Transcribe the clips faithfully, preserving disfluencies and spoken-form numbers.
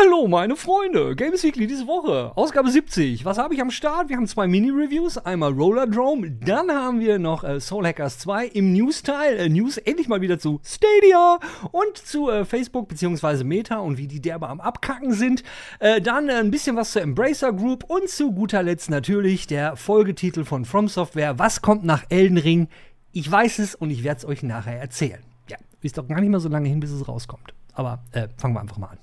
Hallo meine Freunde, Games Weekly diese Woche, Ausgabe siebzig. Was habe ich am Start? Wir haben zwei Mini-Reviews, einmal Rollerdrome, dann haben wir noch äh, Soul Hackers zwei im News-Teil, äh, News endlich mal wieder zu Stadia und zu äh, Facebook bzw. Meta und wie die derbe am Abkacken sind. Äh, dann äh, ein bisschen was zur Embracer Group und zu guter Letzt natürlich der Folgetitel von From Software. Was kommt nach Elden Ring? Ich weiß es und ich werde es euch nachher erzählen. Ja, ist doch gar nicht mal so lange hin, bis es rauskommt. Aber äh, fangen wir einfach mal an.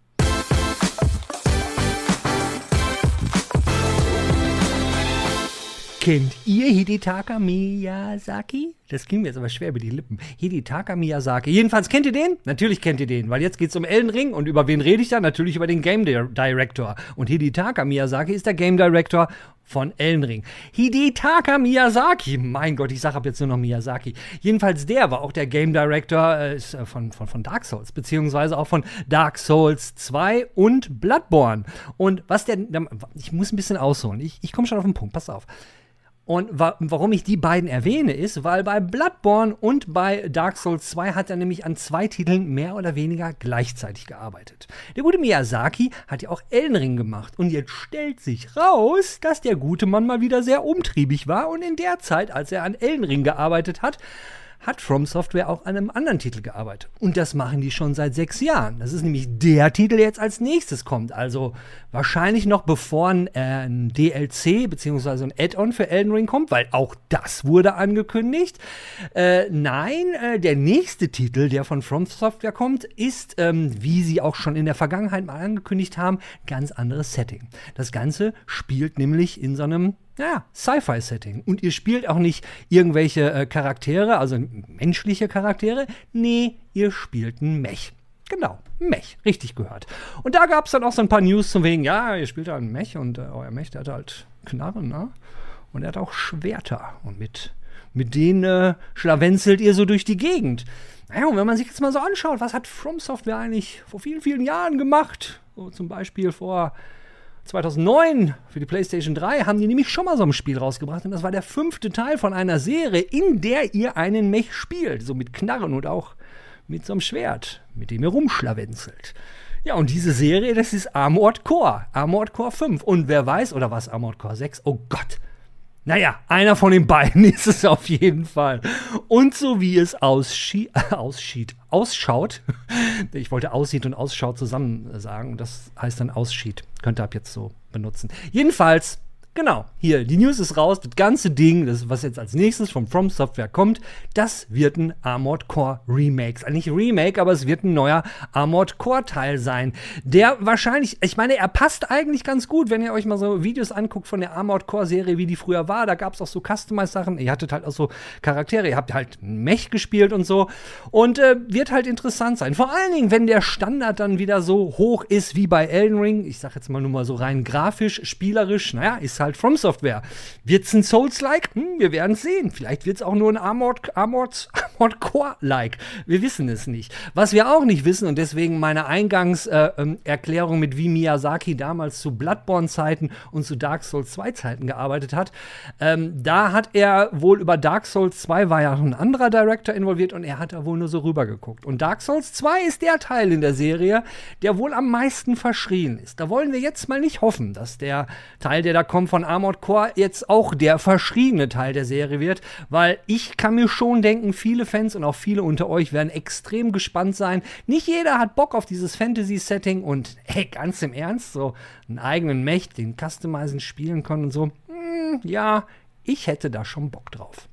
Kennt ihr Hidetaka Miyazaki? Das ging mir jetzt aber schwer über die Lippen. Hidetaka Miyazaki. Jedenfalls kennt ihr den? Natürlich kennt ihr den, weil jetzt geht's um Elden Ring. Und über wen rede ich da? Natürlich über den Game Director. Und Hidetaka Miyazaki ist der Game Director von Elden Ring. Hidetaka Miyazaki. Mein Gott, ich sag ab jetzt nur noch Miyazaki. Jedenfalls der war auch der Game Director äh, von, von, von Dark Souls, beziehungsweise auch von Dark Souls zwei und Bloodborne. Und was der, ich muss ein bisschen ausholen. Ich, ich komme schon auf den Punkt, pass auf. Und wa- warum ich die beiden erwähne, ist, weil bei Bloodborne und bei Dark Souls zwei hat er nämlich an zwei Titeln mehr oder weniger gleichzeitig gearbeitet. Der gute Miyazaki hat ja auch Elden Ring gemacht. Und jetzt stellt sich raus, dass der gute Mann mal wieder sehr umtriebig war. Und in der Zeit, als er an Elden Ring gearbeitet hat, hat From Software auch an einem anderen Titel gearbeitet. Und das machen die schon seit sechs Jahren. Das ist nämlich der Titel, der jetzt als nächstes kommt. Also wahrscheinlich noch bevor ein, äh, ein D L C bzw. ein Add-on für Elden Ring kommt, weil auch das wurde angekündigt. Äh, nein, äh, der nächste Titel, der von From Software kommt, ist, ähm, wie sie auch schon in der Vergangenheit mal angekündigt haben, ganz anderes Setting. Das Ganze spielt nämlich in so einem Ja, Sci-Fi-Setting. Und ihr spielt auch nicht irgendwelche äh, Charaktere, also menschliche Charaktere. Nee, ihr spielt einen Mech. Genau, Mech, richtig gehört. Und da gab es dann auch so ein paar News zum wegen, ja, ihr spielt da einen Mech und äh, euer Mech, der hat halt Knarren, ne? Und er hat auch Schwerter. Und mit, mit denen äh, schlawenzelt ihr so durch die Gegend. Naja, und wenn man sich jetzt mal so anschaut, was hat From Software eigentlich vor vielen, vielen Jahren gemacht? So zum Beispiel vor zweitausendneun für die PlayStation drei haben die nämlich schon mal so ein Spiel rausgebracht und das war der fünfte Teil von einer Serie, in der ihr einen Mech spielt, so mit Knarren und auch mit so einem Schwert, mit dem ihr rumschlawenzelt. Ja, und diese Serie, das ist Armored Core, Armored Core fünf und wer weiß, oder was, Armored Core sechs? Oh Gott. Naja, einer von den beiden ist es auf jeden Fall. Und so wie es ausschi- äh, ausschied, ausschaut, ich wollte aussieht und ausschaut zusammen sagen, und das heißt dann ausschied. Könnt ihr ab jetzt so benutzen. Jedenfalls, genau, hier, die News ist raus, das ganze Ding, das, was jetzt als nächstes von From Software kommt, das wird ein Armored Core Remake. Also nicht Remake, aber es wird ein neuer Armored Core Teil sein, der wahrscheinlich, ich meine, er passt eigentlich ganz gut, wenn ihr euch mal so Videos anguckt von der Armored Core Serie, wie die früher war, da gab es auch so Customize-Sachen, ihr hattet halt auch so Charaktere, ihr habt halt Mech gespielt und so und äh, wird halt interessant sein. Vor allen Dingen, wenn der Standard dann wieder so hoch ist wie bei Elden Ring, ich sag jetzt mal nur mal so rein grafisch, spielerisch, naja, ist halt From Software. Wird's ein Souls-like? Hm, wir werden es sehen. Vielleicht wird's auch nur ein Armored, Armored, Armored Core-like. Wir wissen es nicht. Was wir auch nicht wissen, und deswegen meine Eingangserklärung äh, mit wie Miyazaki damals zu Bloodborne-Zeiten und zu Dark Souls zwei Zeiten gearbeitet hat, ähm, da hat er wohl über Dark Souls zwei war ja noch ein anderer Director involviert und er hat da wohl nur so rübergeguckt. Und Dark Souls zwei ist der Teil in der Serie, der wohl am meisten verschrien ist. Da wollen wir jetzt mal nicht hoffen, dass der Teil, der da kommt von Armored Core, jetzt auch der verschriebene Teil der Serie wird, weil ich kann mir schon denken, viele Fans und auch viele unter euch werden extrem gespannt sein. Nicht jeder hat Bock auf dieses Fantasy-Setting und hey, ganz im Ernst, so einen eigenen Mech, den customizen, spielen können und so. Hm, ja, ich hätte da schon Bock drauf.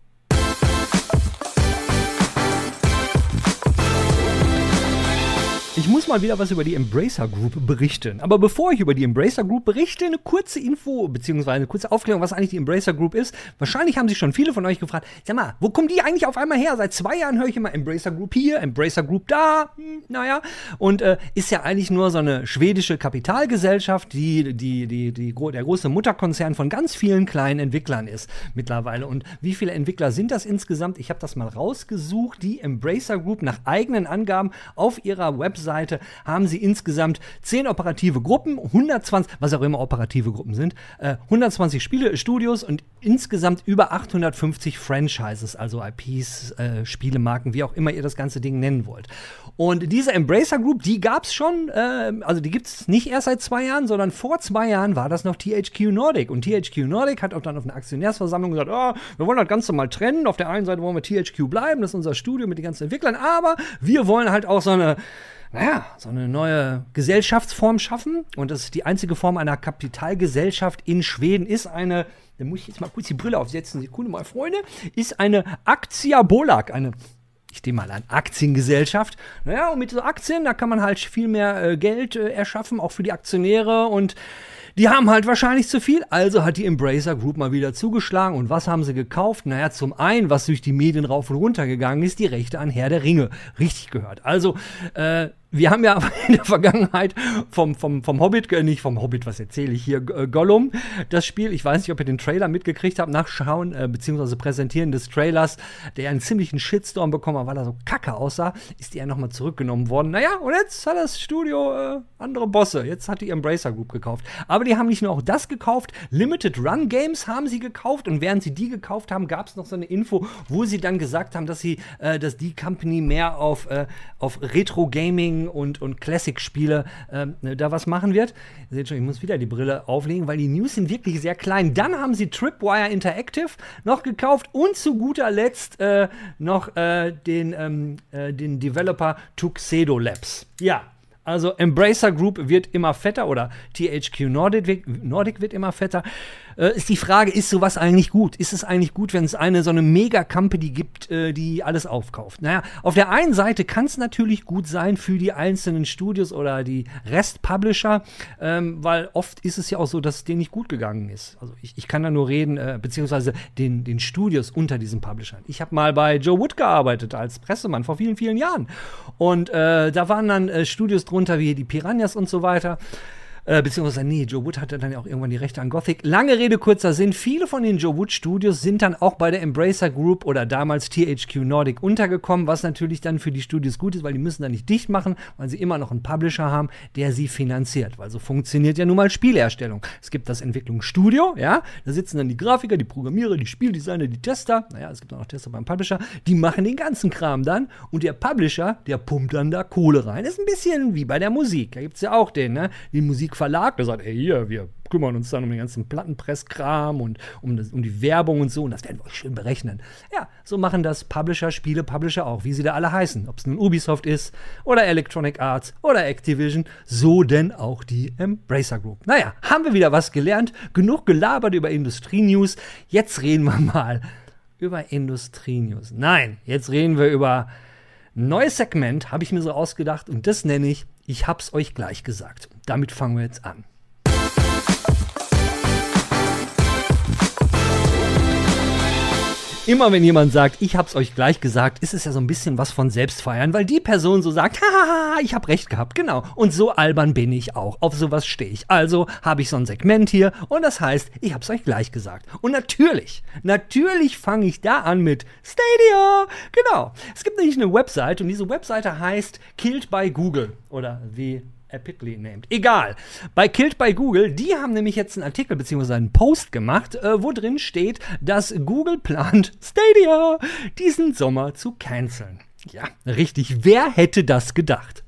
Ich muss mal wieder was über die Embracer Group berichten. Aber bevor ich über die Embracer Group berichte, eine kurze Info, beziehungsweise eine kurze Aufklärung, was eigentlich die Embracer Group ist. Wahrscheinlich haben sich schon viele von euch gefragt, sag mal, wo kommen die eigentlich auf einmal her? Seit zwei Jahren höre ich immer Embracer Group hier, Embracer Group da, hm, naja. Und äh, ist ja eigentlich nur so eine schwedische Kapitalgesellschaft, die, die, die, die, die der große Mutterkonzern von ganz vielen kleinen Entwicklern ist mittlerweile. Und wie viele Entwickler sind das insgesamt? Ich habe das mal rausgesucht. Die Embracer Group nach eigenen Angaben auf ihrer Website Seite haben sie insgesamt zehn operative Gruppen, hundertzwanzig, was auch immer operative Gruppen sind, äh, hundertzwanzig Spiele, Studios und insgesamt über achthundertfünfzig Franchises, also I Ps, äh, Spielemarken, wie auch immer ihr das ganze Ding nennen wollt. Und diese Embracer Group, die gab's schon, äh, also die gibt's nicht erst seit zwei Jahren, sondern vor zwei Jahren war das noch T H Q Nordic. Und T H Q Nordic hat auch dann auf einer Aktionärsversammlung gesagt, oh, wir wollen das Ganze mal trennen. Auf der einen Seite wollen wir T H Q bleiben, das ist unser Studio mit den ganzen Entwicklern, aber wir wollen halt auch so eine, naja, so eine neue Gesellschaftsform schaffen. Und das ist die einzige Form einer Kapitalgesellschaft in Schweden, ist eine, da muss ich jetzt mal kurz die Brille aufsetzen, Sekunde mal, Freunde, ist eine Aktiebolag, eine, ich nehme mal an, Aktiengesellschaft. Naja, und mit so Aktien, da kann man halt viel mehr äh, Geld äh, erschaffen, auch für die Aktionäre, und die haben halt wahrscheinlich zu viel, also hat die Embracer Group mal wieder zugeschlagen. Und was haben sie gekauft? Naja, zum einen, was durch die Medien rauf und runter gegangen ist, die Rechte an Herr der Ringe. Richtig gehört. Also, äh, wir haben ja in der Vergangenheit vom, vom, vom Hobbit, äh, nicht vom Hobbit, was erzähle ich hier, äh, Gollum, das Spiel, ich weiß nicht, ob ihr den Trailer mitgekriegt habt, nachschauen, äh, beziehungsweise Präsentieren des Trailers, der einen ziemlichen Shitstorm bekommen hat, weil er so kacke aussah, ist die ja nochmal zurückgenommen worden. Naja, und jetzt hat das Studio äh, andere Bosse. Jetzt hat die Embracer Group gekauft. Aber die haben nicht nur auch das gekauft, Limited Run Games haben sie gekauft, und während sie die gekauft haben, gab es noch so eine Info, wo sie dann gesagt haben, dass sie, äh, dass die Company mehr auf, äh, auf Retro-Gaming und, und Classic-Spiele äh, da was machen wird. Ihr seht schon, ich muss wieder die Brille auflegen, weil die News sind wirklich sehr klein. Dann haben sie Tripwire Interactive noch gekauft und zu guter Letzt äh, noch äh, den, ähm, äh, den Developer Tuxedo Labs. Ja. Also Embracer Group wird immer fetter, oder T H Q Nordic, Nordic wird immer fetter. Äh, ist die Frage, ist sowas eigentlich gut? Ist es eigentlich gut, wenn es eine so eine Mega-Company gibt, äh, die alles aufkauft? Naja, auf der einen Seite kann es natürlich gut sein für die einzelnen Studios oder die Rest-Publisher, ähm, weil oft ist es ja auch so, dass es denen nicht gut gegangen ist. Also ich, ich kann da nur reden, äh, beziehungsweise den, den Studios unter diesen Publishern. Ich habe mal bei Joe Wood gearbeitet als Pressemann vor vielen, vielen Jahren. Und äh, da waren dann äh, Studios drunter wie die Piranhas und so weiter. Äh, beziehungsweise, nee, Joe Wood hatte dann ja auch irgendwann die Rechte an Gothic. Lange Rede, kurzer Sinn. Viele von den Joe Wood Studios sind dann auch bei der Embracer Group oder damals T H Q Nordic untergekommen, was natürlich dann für die Studios gut ist, weil die müssen dann nicht dicht machen, weil sie immer noch einen Publisher haben, der sie finanziert. Weil so funktioniert ja nun mal Spieleherstellung. Es gibt das Entwicklungsstudio, ja, da sitzen dann die Grafiker, die Programmierer, die Spieldesigner, die Tester, naja, es gibt auch noch Tester beim Publisher, die machen den ganzen Kram dann, und der Publisher, der pumpt dann da Kohle rein. Das ist ein bisschen wie bei der Musik. Da gibt es ja auch den, ne, die Musikverlag, der sagt, ey, hier, wir kümmern uns dann um den ganzen Plattenpresskram und um, das, um die Werbung und so, und das werden wir euch schön berechnen. Ja, so machen das Publisher, Spiele-Publisher auch, wie sie da alle heißen. Ob es nun Ubisoft ist oder Electronic Arts oder Activision, so denn auch die Embracer Group. Naja, haben wir wieder was gelernt, genug gelabert über Industrie-News, jetzt reden wir mal über Industrie-News. Nein, jetzt reden wir über ein neues Segment, habe ich mir so ausgedacht, und das nenne ich Ich hab's euch gleich gesagt. Damit fangen wir jetzt an. Immer wenn jemand sagt, ich hab's euch gleich gesagt, ist es ja so ein bisschen was von Selbstfeiern, weil die Person so sagt, hahaha, ich hab recht gehabt, genau. Und so albern bin ich auch. Auf sowas stehe ich. Also habe ich so ein Segment hier, und das heißt, ich hab's euch gleich gesagt. Und natürlich, natürlich fange ich da an mit Stadia. Genau. Es gibt nämlich eine Website, und diese Webseite heißt Killed by Google, oder wie aptly named. Egal. Bei Killed by Google, die haben nämlich jetzt einen Artikel bzw. einen Post gemacht, äh, wo drin steht, dass Google plant, Stadia diesen Sommer zu canceln. Ja, richtig. Wer hätte das gedacht?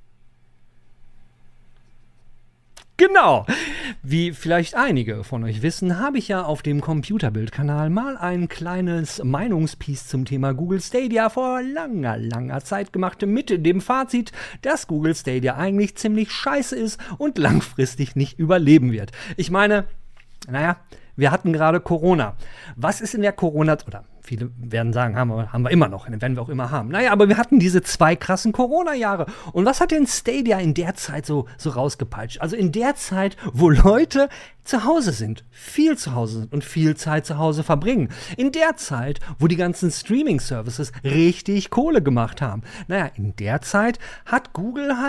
Genau. Wie vielleicht einige von euch wissen, habe ich ja auf dem Computerbild-Kanal mal ein kleines Meinungspiece zum Thema Google Stadia vor langer, langer Zeit gemacht, mit dem Fazit, dass Google Stadia eigentlich ziemlich scheiße ist und langfristig nicht überleben wird. Ich meine, naja, wir hatten gerade Corona. Was ist in der Corona- oder viele werden sagen, haben wir, haben wir immer noch, werden wir auch immer haben. Naja, aber wir hatten diese zwei krassen Corona-Jahre. Und was hat denn Stadia in der Zeit so, so rausgepeitscht? Also in der Zeit, wo Leute zu Hause sind, viel zu Hause sind und viel Zeit zu Hause verbringen. In der Zeit, wo die ganzen Streaming-Services richtig Kohle gemacht haben. Naja, in der Zeit hat Google halt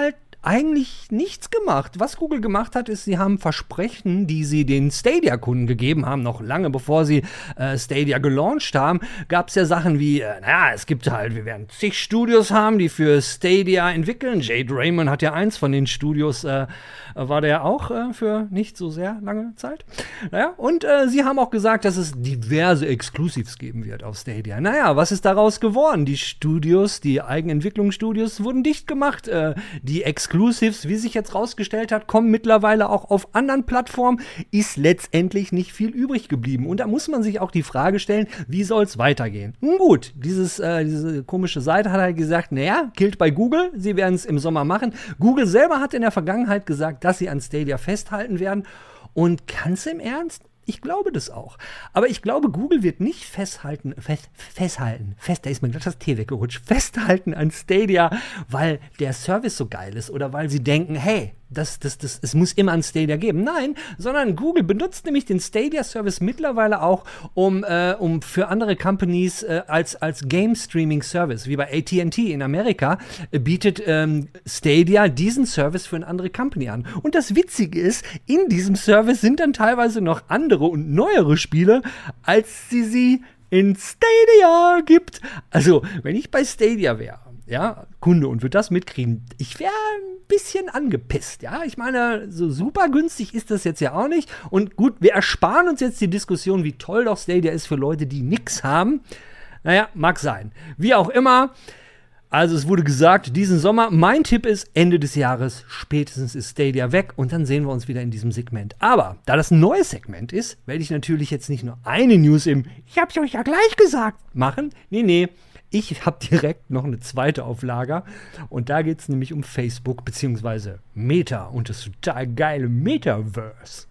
eigentlich nichts gemacht. Was Google gemacht hat, ist, sie haben Versprechen, die sie den Stadia-Kunden gegeben haben, noch lange bevor sie äh, Stadia gelauncht haben, gab es ja Sachen wie, äh, naja, es gibt halt, wir werden zig Studios haben, die für Stadia entwickeln. Jade Raymond hat ja eins von den Studios, äh, war der auch äh, für nicht so sehr lange Zeit. Naja, und äh, sie haben auch gesagt, dass es diverse Exclusives geben wird auf Stadia. Naja, was ist daraus geworden? Die Studios, die Eigenentwicklungsstudios wurden dicht gemacht. Äh, die Exclusives, wie sich jetzt rausgestellt hat, kommen mittlerweile auch auf anderen Plattformen. Ist letztendlich nicht viel übrig geblieben. Und da muss man sich auch die Frage stellen, wie soll es weitergehen? Nun gut, dieses, äh, diese komische Seite hat halt gesagt, naja, gilt bei Google, sie werden es im Sommer machen. Google selber hat in der Vergangenheit gesagt, dass sie an Stadia festhalten werden. Und ganz im Ernst? Ich glaube das auch. Aber ich glaube, Google wird nicht festhalten, fest, festhalten, fest, da ist mir gleich das T weggerutscht, festhalten an Stadia, weil der Service so geil ist oder weil sie denken, hey, das, das, das, es muss immer ein Stadia geben. Nein, sondern Google benutzt nämlich den Stadia-Service mittlerweile auch, um, äh, um für andere Companies äh, als, als Game-Streaming-Service, wie bei A T and T in Amerika, äh, bietet ähm, Stadia diesen Service für eine andere Company an. Und das Witzige ist, in diesem Service sind dann teilweise noch andere und neuere Spiele, als sie sie in Stadia gibt. Also, wenn ich bei Stadia wäre, ja, Kunde und würde das mitkriegen, ich wäre ein bisschen angepisst, ja. Ich meine, so super günstig ist das jetzt ja auch nicht. Und gut, wir ersparen uns jetzt die Diskussion, wie toll doch Stadia ist für Leute, die nichts haben. Naja, mag sein. Wie auch immer. Also es wurde gesagt, diesen Sommer, mein Tipp ist, Ende des Jahres, spätestens ist Stadia weg und dann sehen wir uns wieder in diesem Segment. Aber da das ein neues Segment ist, werde ich natürlich jetzt nicht nur eine News im Ich hab's euch ja gleich gesagt machen. Nee, nee. Ich habe direkt noch eine zweite auf Lager und da geht es nämlich um Facebook bzw. Meta und das total geile Metaverse.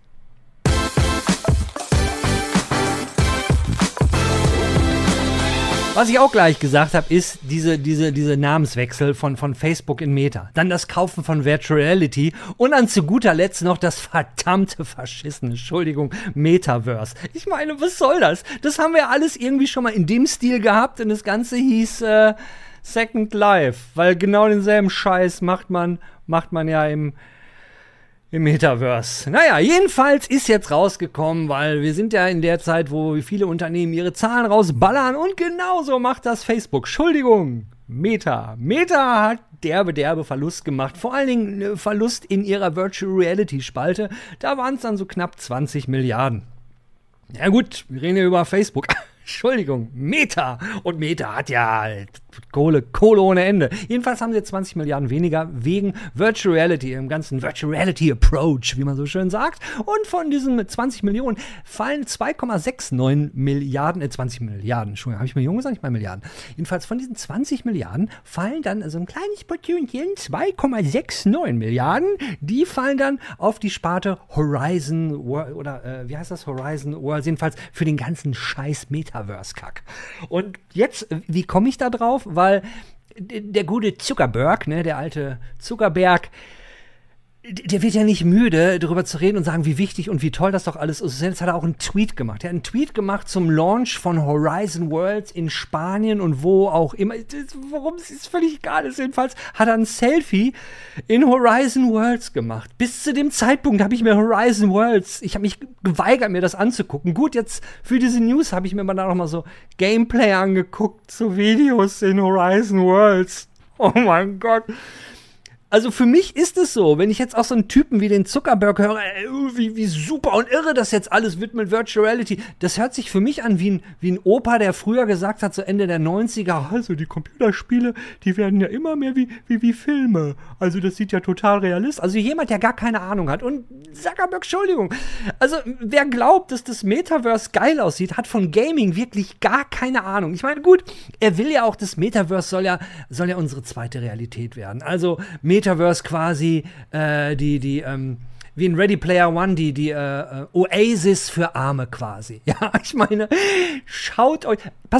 Was ich auch gleich gesagt habe, ist diese, diese, diese Namenswechsel von, von Facebook in Meta. Dann das Kaufen von Virtual Reality und dann zu guter Letzt noch das verdammte verschissene, Entschuldigung, Metaverse. Ich meine, was soll das? Das haben wir alles irgendwie schon mal in dem Stil gehabt und das Ganze hieß äh, Second Life, weil genau denselben Scheiß macht man, macht man ja im Im Metaverse. Naja, jedenfalls ist jetzt rausgekommen, weil wir sind ja in der Zeit, wo viele Unternehmen ihre Zahlen rausballern und genauso macht das Facebook. Entschuldigung, Meta. Meta hat derbe, derbe Verlust gemacht. Vor allen Dingen Verlust in ihrer Virtual Reality Spalte. Da waren es dann so knapp zwanzig Milliarden. Ja gut, wir reden ja über Facebook. Entschuldigung, Meta. Und Meta hat ja Kohle, Kohle ohne Ende. Jedenfalls haben sie zwanzig Milliarden weniger wegen Virtual Reality, im ganzen Virtual Reality Approach, wie man so schön sagt. Und von diesen zwanzig Millionen fallen zwei Komma neunundsechzig Milliarden, äh zwanzig Milliarden, Entschuldigung, habe ich Millionen gesagt? Ich meine Milliarden. Jedenfalls von diesen zwanzig Milliarden fallen dann so ein kleines Portionchen, zwei Komma neunundsechzig Milliarden, die fallen dann auf die Sparte Horizon World, oder äh, wie heißt das? Horizon World, jedenfalls für den ganzen Scheiß Metaverse-Kack. Und jetzt, wie komme ich da drauf? Weil der gute Zuckerberg, ne, der alte Zuckerberg, der wird ja nicht müde, darüber zu reden und sagen, wie wichtig und wie toll das doch alles ist. Jetzt hat er auch einen Tweet gemacht. Er hat einen Tweet gemacht zum Launch von Horizon Worlds in Spanien und wo auch immer. Warum, es ist völlig egal. Ist jedenfalls hat er ein Selfie in Horizon Worlds gemacht. Bis zu dem Zeitpunkt habe ich mir Horizon Worlds, ich habe mich geweigert, mir das anzugucken. Gut, jetzt für diese News habe ich mir mal da noch mal so Gameplay angeguckt, so Videos in Horizon Worlds. Oh mein Gott. Also für mich ist es so, wenn ich jetzt auch so einen Typen wie den Zuckerberg höre, ey, wie, wie super und irre das jetzt alles wird mit Virtual Reality, das hört sich für mich an wie ein, wie ein Opa, der früher gesagt hat, so Ende der neunziger, also die Computerspiele, die werden ja immer mehr wie, wie, wie Filme. Also das sieht ja total realistisch. Also jemand, der gar keine Ahnung hat. Und Zuckerberg, Entschuldigung, also wer glaubt, dass das Metaverse geil aussieht, hat von Gaming wirklich gar keine Ahnung. Ich meine, gut, er will ja auch, das Metaverse soll ja, soll ja unsere zweite Realität werden. Also Metaverse Metaverse quasi äh, die, die, ähm, wie in Ready Player One, die, die äh, Oasis für Arme quasi. Ja, ich meine, schaut euch, pass auf,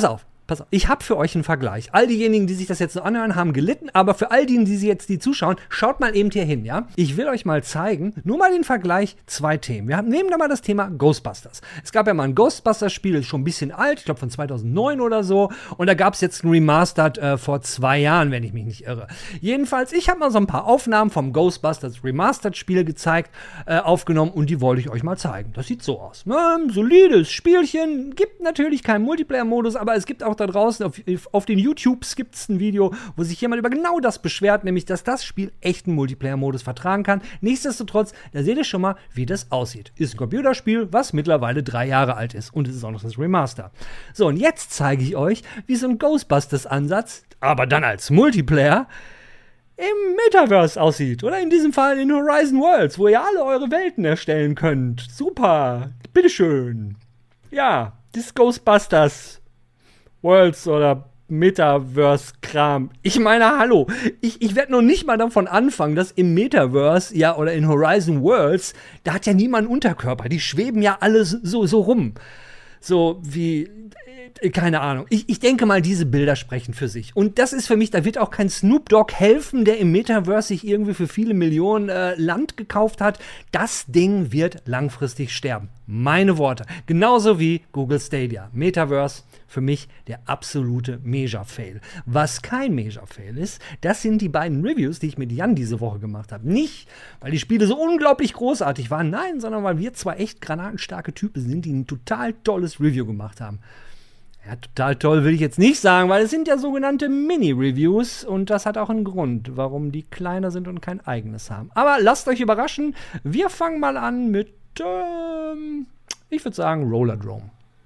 pass auf, ich habe für euch einen Vergleich. All diejenigen, die sich das jetzt so anhören, haben gelitten, aber für all diejenigen, die sie jetzt die zuschauen, schaut mal eben hier hin, ja? Ich will euch mal zeigen, nur mal den Vergleich, zwei Themen. Wir haben, nehmen da mal das Thema Ghostbusters. Es gab ja mal ein Ghostbusters-Spiel, ist schon ein bisschen alt, ich glaube von zweitausendneun oder so, und da gab es jetzt ein Remastered äh, vor zwei Jahren, wenn ich mich nicht irre. Jedenfalls, ich habe mal so ein paar Aufnahmen vom Ghostbusters Remastered-Spiel gezeigt, äh, aufgenommen, und die wollte ich euch mal zeigen. Das sieht so aus. Ähm, solides Spielchen, gibt natürlich keinen Multiplayer-Modus, aber es gibt auch da draußen auf, auf den YouTubes gibt es ein Video, wo sich jemand über genau das beschwert, nämlich, dass das Spiel echten Multiplayer-Modus vertragen kann. Nichtsdestotrotz, da seht ihr schon mal, wie das aussieht. Ist ein Computerspiel, was mittlerweile drei Jahre alt ist, und es ist auch noch das Remaster. So, und jetzt zeige ich euch, wie so ein Ghostbusters-Ansatz, aber dann als Multiplayer, im Metaverse aussieht. Oder in diesem Fall in Horizon Worlds, wo ihr alle eure Welten erstellen könnt. Super. Bitteschön. Ja, das Ghostbusters Worlds oder Metaverse-Kram. Ich meine, hallo, ich, ich werde noch nicht mal davon anfangen, dass im Metaverse, ja, oder in Horizon Worlds, da hat ja niemand einen Unterkörper. Die schweben ja alle so, so rum. So wie, keine Ahnung. Ich, ich denke mal, diese Bilder sprechen für sich. Und das ist für mich, da wird auch kein Snoop Dogg helfen, der im Metaverse sich irgendwie für viele Millionen äh, Land gekauft hat. Das Ding wird langfristig sterben. Meine Worte. Genauso wie Google Stadia. Metaverse für mich der absolute Major-Fail. Was kein Major-Fail ist, das sind die beiden Reviews, die ich mit Jan diese Woche gemacht habe. Nicht, weil die Spiele so unglaublich großartig waren, nein, sondern weil wir zwei echt granatenstarke Typen sind, die ein total tolles Review gemacht haben. Ja, total toll will ich jetzt nicht sagen, weil es sind ja sogenannte Mini-Reviews, und das hat auch einen Grund, warum die kleiner sind und kein eigenes haben. Aber lasst euch überraschen, wir fangen mal an mit, ähm, ich würde sagen, Rollerdrome.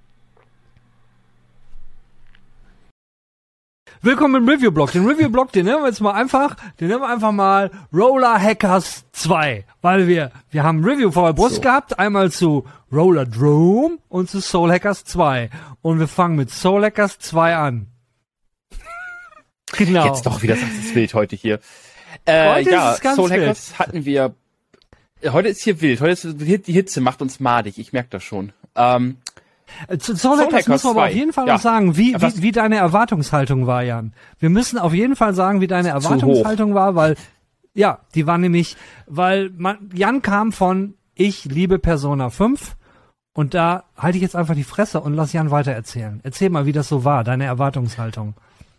Willkommen im Review-Blog. Den Review-Blog, den nennen wir jetzt mal einfach, den nennen wir einfach mal Roller Hackers zwei. Weil wir, wir haben ein Review vor der Brust so gehabt, einmal zu Rollerdrome und zu Soul Hackers zwei. Und wir fangen mit Soul Hackers zwei an. Genau. Jetzt doch wieder das Wild heute hier. Äh, heute ja, ist es ganz Soul Hackers wild. Hatten wir, heute ist hier wild, heute ist die Hitze macht uns madig, ich merke das schon. Ähm, Zu Soul Hackers müssen wir aber auf jeden Fall ja. noch sagen, wie, wie, wie deine Erwartungshaltung war, Jan. Wir müssen auf jeden Fall sagen, wie deine Erwartungshaltung war, weil, ja, die war nämlich, weil man, Jan kam von ich liebe Persona fünf, und da halte ich jetzt einfach die Fresse und lass Jan weiter erzählen. Erzähl mal, wie das so war, deine Erwartungshaltung.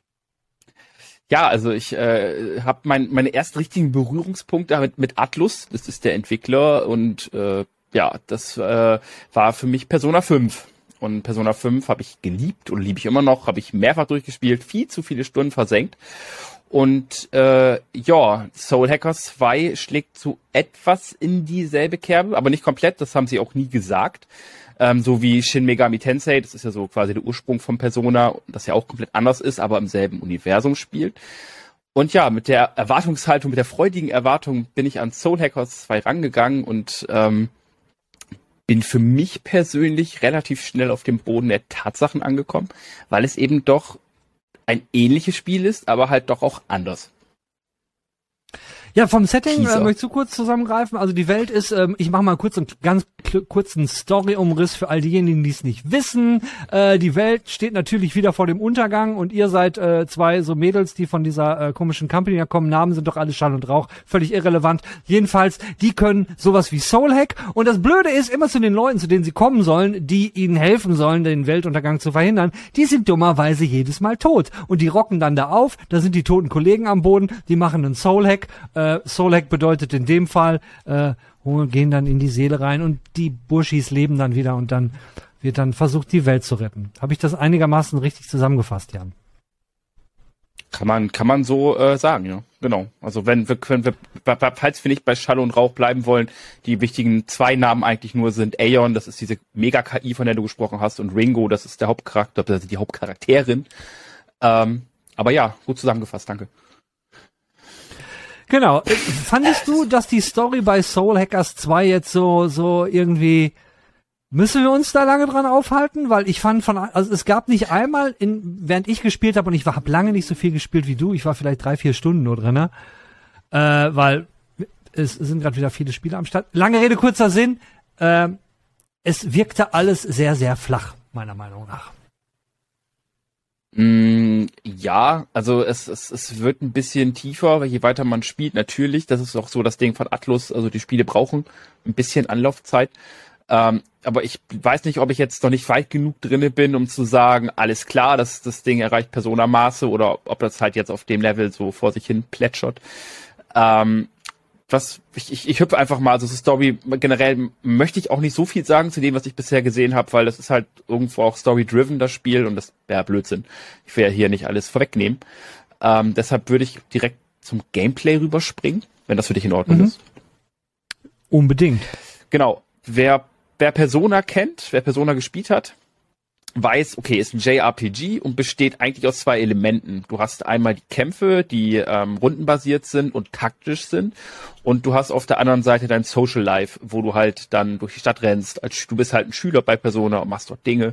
Ja, also ich äh, habe mein, meine ersten richtigen Berührungspunkte mit, mit Atlus, das ist der Entwickler, und äh, ja, das äh, war für mich Persona fünf. Und Persona fünf habe ich geliebt und liebe ich immer noch, habe ich mehrfach durchgespielt, viel zu viele Stunden versenkt. Und äh, ja, Soul Hackers zwei schlägt so etwas in dieselbe Kerbe, aber nicht komplett, das haben sie auch nie gesagt. Ähm, so wie Shin Megami Tensei, das ist ja so quasi der Ursprung von Persona, das ja auch komplett anders ist, aber im selben Universum spielt. Und ja, mit der Erwartungshaltung, mit der freudigen Erwartung bin ich an Soul Hackers zwei rangegangen und ähm, bin für mich persönlich relativ schnell auf dem Boden der Tatsachen angekommen, weil es eben doch ein ähnliches Spiel ist, aber halt doch auch anders. Ja, vom Setting äh, möchtest du kurz zusammengreifen? Also die Welt ist, ähm, ich mache mal kurz einen ganz kurzen Story-Umriss für all diejenigen, die es nicht wissen. Äh, die Welt steht natürlich wieder vor dem Untergang, und ihr seid äh, zwei so Mädels, die von dieser äh, komischen Company da kommen. Namen sind doch alle Schall und Rauch, völlig irrelevant. Jedenfalls, die können sowas wie Soul Hack, und das Blöde ist, immer zu den Leuten, zu denen sie kommen sollen, die ihnen helfen sollen, den Weltuntergang zu verhindern, die sind dummerweise jedes Mal tot. Und die rocken dann da auf, da sind die toten Kollegen am Boden, die machen einen Soul Hack. Äh, Soul Hack bedeutet in dem Fall, äh, gehen dann in die Seele rein, und die Burschis leben dann wieder, und dann wird dann versucht, die Welt zu retten. Habe ich das einigermaßen richtig zusammengefasst, Jan? Kann man, kann man so äh, sagen, ja. Genau. Also wenn wir, wenn wir, falls wir nicht bei Schall und Rauch bleiben wollen, die wichtigen zwei Namen eigentlich nur sind Aeon, das ist diese Mega-K I, von der du gesprochen hast, und Ringo, das ist der Hauptcharakter, das ist die Hauptcharakterin. Ähm, aber ja, gut zusammengefasst, danke. Genau. Fandest du, dass die Story bei Soul Hackers zwei jetzt so, so irgendwie, müssen wir uns da lange dran aufhalten? Weil ich fand von, also es gab nicht einmal, in, während ich gespielt habe, und ich habe lange nicht so viel gespielt wie du, ich war vielleicht drei, vier Stunden nur drin, äh, weil es sind gerade wieder viele Spiele am Start. Lange Rede, kurzer Sinn, äh, es wirkte alles sehr, sehr flach, meiner Meinung nach. Mm, ja, also es, es, es wird ein bisschen tiefer, je weiter man spielt, natürlich. Das ist auch so das Ding von Atlus. Also die Spiele brauchen ein bisschen Anlaufzeit. Ähm, aber ich weiß nicht, ob ich jetzt noch nicht weit genug drinne bin, um zu sagen, alles klar, das, das Ding erreicht Persona-Maße oder ob das halt jetzt auf dem Level so vor sich hin plätschert. Ähm, was ich, ich, ich hüpfe einfach mal, also so Story generell möchte ich auch nicht so viel sagen zu dem, was ich bisher gesehen habe, weil das ist halt irgendwo auch Story-driven, das Spiel, und das wäre Blödsinn. Ich will ja hier nicht alles vorwegnehmen. Ähm, deshalb würde ich direkt zum Gameplay rüberspringen, wenn das für dich in Ordnung Mhm. ist. Unbedingt. Genau. Wer, wer Persona kennt, wer Persona gespielt hat, weiß, okay, ist ein J R P G und besteht eigentlich aus zwei Elementen. Du hast einmal die Kämpfe, die ähm, rundenbasiert sind und taktisch sind, und du hast auf der anderen Seite dein Social Life, wo du halt dann durch die Stadt rennst. Als, du bist halt ein Schüler bei Persona und machst dort Dinge.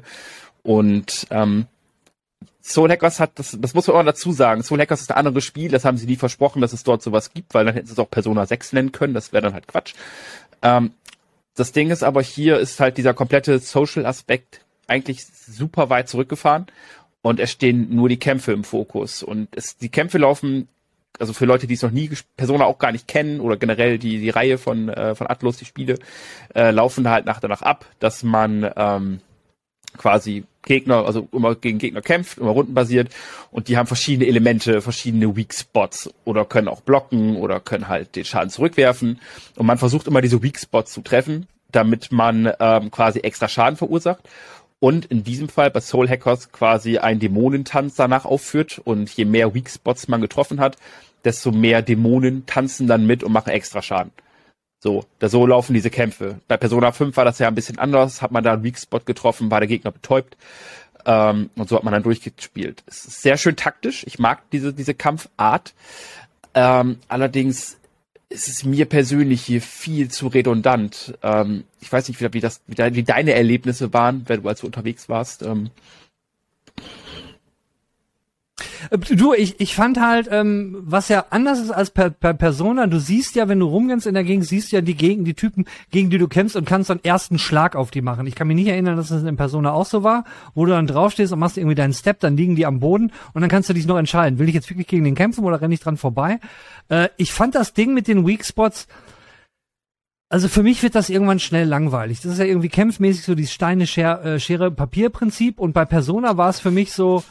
Und ähm, Soul Hackers hat, das, das muss man auch dazu sagen, Soul Hackers ist ein anderes Spiel, das haben sie nie versprochen, dass es dort sowas gibt, weil dann hätten sie es auch Persona sechs nennen können, das wäre dann halt Quatsch. Ähm, das Ding ist aber, hier ist halt dieser komplette Social-Aspekt eigentlich super weit zurückgefahren, und es stehen nur die Kämpfe im Fokus, und es, die Kämpfe laufen, also für Leute, die es noch nie Persona auch gar nicht kennen oder generell die die Reihe von äh, von Atlus, die Spiele, äh, laufen halt nach danach ab, dass man ähm, quasi Gegner, also immer gegen Gegner kämpft, immer rundenbasiert, und die haben verschiedene Elemente, verschiedene Weak Spots oder können auch blocken oder können halt den Schaden zurückwerfen, und man versucht immer diese Weak Spots zu treffen, damit man ähm, quasi extra Schaden verursacht. Und in diesem Fall bei Soul Hackers quasi ein Dämonentanz danach aufführt, und je mehr Weak Spots man getroffen hat, desto mehr Dämonen tanzen dann mit und machen extra Schaden. So, da so laufen diese Kämpfe. Bei Persona fünf war das ja ein bisschen anders, hat man da einen Weak Spot getroffen, war der Gegner betäubt, ähm, und so hat man dann durchgespielt. Es ist sehr schön taktisch, ich mag diese diese Kampfart, ähm, allerdings ist es mir persönlich hier viel zu redundant. Ähm, ich weiß nicht, wie, wie, das, wie, de, wie deine Erlebnisse waren, wenn du als du unterwegs warst. Ähm. Du, ich, ich fand halt, ähm, was ja anders ist als per, per Persona, du siehst ja, wenn du rumgehst in der Gegend, siehst du ja die Gegend, die Typen, gegen die du kämpfst, und kannst dann ersten Schlag auf die machen. Ich kann mich nicht erinnern, dass das in Persona auch so war, wo du dann draufstehst und machst irgendwie deinen Step, dann liegen die am Boden, und dann kannst du dich noch entscheiden, will ich jetzt wirklich gegen den kämpfen oder renne ich dran vorbei? Äh, ich fand das Ding mit den Weak Spots, also für mich wird das irgendwann schnell langweilig. Das ist ja irgendwie kämpfmäßig so dieses Steine, Schere, Schere Papier-Prinzip, und bei Persona war es für mich so,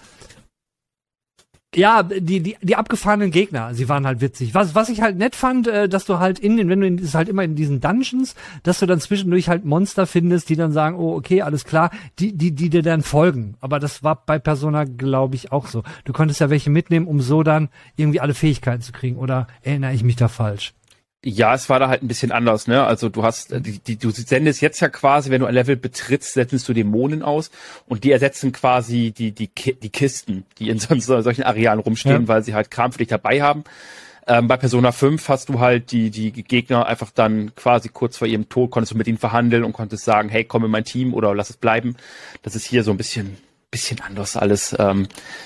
ja, die, die, die abgefahrenen Gegner, sie waren halt witzig. Was, was ich halt nett fand, äh, dass du halt in den, wenn du in, ist halt immer in diesen Dungeons, dass du dann zwischendurch halt Monster findest, die dann sagen, oh, okay, alles klar, die, die, die dir dann folgen. Aber das war bei Persona, glaube ich, auch so. Du konntest ja welche mitnehmen, um so dann irgendwie alle Fähigkeiten zu kriegen, oder erinnere ich mich da falsch? Ja, es war da halt ein bisschen anders, ne? Also du hast, die, die, du sendest jetzt ja quasi, wenn du ein Level betrittst, sendest du Dämonen aus, und die ersetzen quasi die, die, die Kisten, die in so, solchen Arealen rumstehen, ja, weil sie halt Kram für dich dabei haben. Ähm, bei Persona fünf hast du halt die, die Gegner einfach dann quasi kurz vor ihrem Tod, konntest du mit ihnen verhandeln und konntest sagen, hey, komm in mein Team oder lass es bleiben. Das ist hier so ein bisschen, bisschen anders alles. Ähm,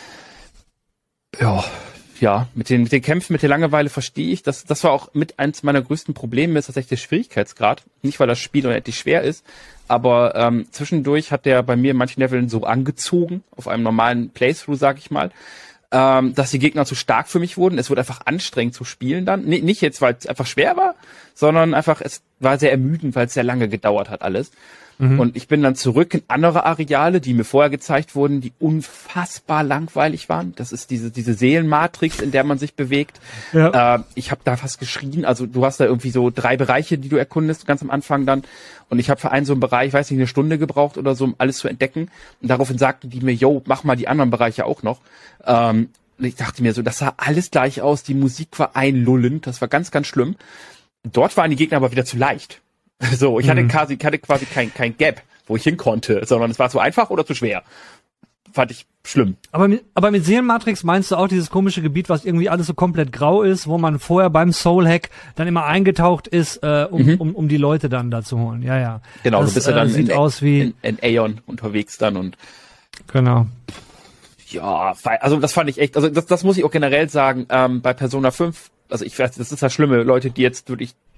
ja. Ja, mit den, mit den Kämpfen, mit der Langeweile verstehe ich. Das, das war auch mit eins meiner größten Probleme, ist tatsächlich der Schwierigkeitsgrad. Nicht, weil das Spiel unendlich schwer ist, aber ähm, zwischendurch hat der bei mir in manchen Leveln so angezogen, auf einem normalen Playthrough, sag ich mal, ähm, dass die Gegner zu stark für mich wurden. Es wurde einfach anstrengend zu spielen dann. Nee, nicht jetzt, weil es einfach schwer war, sondern einfach, es war sehr ermüdend, weil es sehr lange gedauert hat alles. Mhm. Und ich bin dann zurück in andere Areale, die mir vorher gezeigt wurden, die unfassbar langweilig waren. Das ist diese diese Seelenmatrix, in der man sich bewegt. Ja. Äh, ich habe da fast geschrien. Also du hast da irgendwie so drei Bereiche, die du erkundest, ganz am Anfang dann. Und ich habe für einen so einen Bereich, weiß nicht, eine Stunde gebraucht oder so, um alles zu entdecken. Und daraufhin sagten die mir, yo, mach mal die anderen Bereiche auch noch. Ähm, und ich dachte mir so, das sah alles gleich aus. Die Musik war einlullend. Das war ganz, ganz schlimm. Dort waren die Gegner aber wieder zu leicht. So, ich hatte mhm. quasi, hatte quasi kein, kein Gap, wo ich hin konnte, sondern es war zu einfach oder zu schwer. Fand ich schlimm. Aber mit, aber mit Seelenmatrix meinst du auch dieses komische Gebiet, was irgendwie alles so komplett grau ist, wo man vorher beim Soul-Hack dann immer eingetaucht ist, äh, um, mhm. um, um die Leute dann da zu holen. Ja, ja. Genau, das, du bist ja dann äh, sieht in, aus wie in, in Aeon unterwegs dann und genau. Ja, also das fand ich echt, also das, das muss ich auch generell sagen, ähm, bei Persona fünf, also ich weiß, das ist das Schlimme, Leute, die jetzt wirklich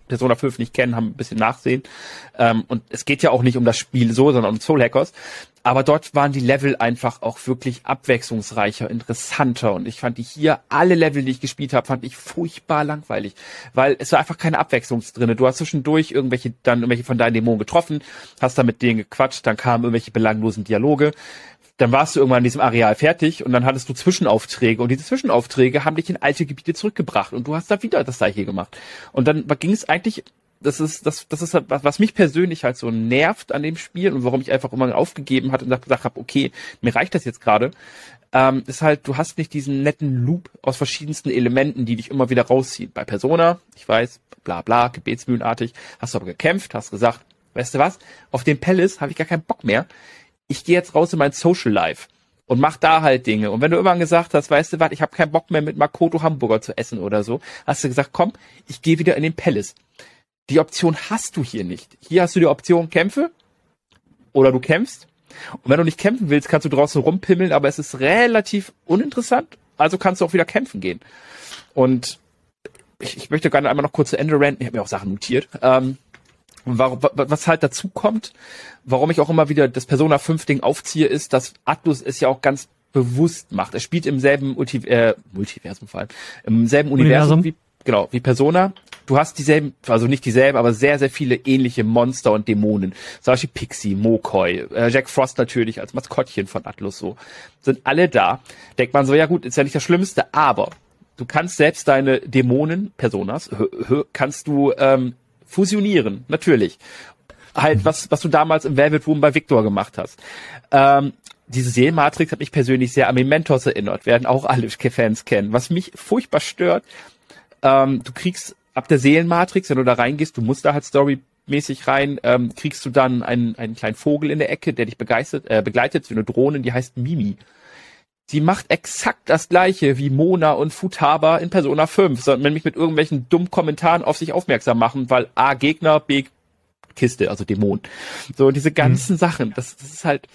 Persona fünf nicht kennen, haben ein bisschen Nachsehen. Ähm, und es geht ja auch nicht um das Spiel so, sondern um Soul Hackers. Aber dort waren die Level einfach auch wirklich abwechslungsreicher, interessanter. Und ich fand die hier, alle Level, die ich gespielt habe, fand ich furchtbar langweilig. Weil es war einfach keine Abwechslung drin. Du hast zwischendurch irgendwelche, dann irgendwelche von deinen Dämonen getroffen, hast dann mit denen gequatscht, dann kamen irgendwelche belanglosen Dialoge. Dann warst du irgendwann in diesem Areal fertig und dann hattest du Zwischenaufträge. Und diese Zwischenaufträge haben dich in alte Gebiete zurückgebracht. Und du hast da wieder das gleiche gemacht. Und dann ging es eigentlich... Das ist, das, das ist halt, was mich persönlich halt so nervt an dem Spiel und warum ich einfach immer aufgegeben hatte und gesagt habe, okay, mir reicht das jetzt gerade, ähm, ist halt, du hast nicht diesen netten Loop aus verschiedensten Elementen, die dich immer wieder rausziehen. Bei Persona, ich weiß, bla bla, gebetsmühlenartig, hast du aber gekämpft, hast gesagt, weißt du was, auf den Palace habe ich gar keinen Bock mehr. Ich gehe jetzt raus in mein Social Life und mach da halt Dinge. Und wenn du irgendwann gesagt hast, weißt du was, ich habe keinen Bock mehr mit Makoto Hamburger zu essen oder so, hast du gesagt, komm, ich gehe wieder in den Palace. Die Option hast du hier nicht. Hier hast du die Option, kämpfe oder du kämpfst. Und wenn du nicht kämpfen willst, kannst du draußen rumpimmeln, aber es ist relativ uninteressant. Also kannst du auch wieder kämpfen gehen. Und ich, ich möchte gerne einmal noch kurz zu Ende ranten. Ich habe mir auch Sachen notiert. Ähm, warum, was halt dazu kommt, warum ich auch immer wieder das Persona fünf Ding aufziehe, ist, dass Atlus es ja auch ganz bewusst macht. Er spielt im selben Multi äh, Multiversum vor allem, im selben Universum, Universum wie Genau, wie Persona. Du hast dieselben, also nicht dieselben, aber sehr, sehr viele ähnliche Monster und Dämonen. Zum Beispiel Pixie, Mokoi, äh, Jack Frost natürlich als Maskottchen von Atlus so. Sind alle da. Denkt man so, ja gut, ist ja nicht das Schlimmste, aber du kannst selbst deine Dämonen, Personas, hö, hö, kannst du ähm, fusionieren, natürlich. Halt, was was du damals im Velvet Room bei Victor gemacht hast. Ähm, diese Seelenmatrix hat mich persönlich sehr an Mementos erinnert, werden auch alle Fans kennen. Was mich furchtbar stört, Ähm, du kriegst ab der Seelenmatrix, wenn du da reingehst, du musst da halt storymäßig rein, ähm, kriegst du dann einen, einen kleinen Vogel in der Ecke, der dich begeistert, äh, begleitet, so eine Drohne, die heißt Mimi. Sie macht exakt das gleiche wie Mona und Futaba in Persona fünf, sondern nämlich mit irgendwelchen dummen Kommentaren auf sich aufmerksam machen, weil A, Gegner, B, Kiste, also Dämon. So, diese ganzen mhm. Sachen, das, das ist halt...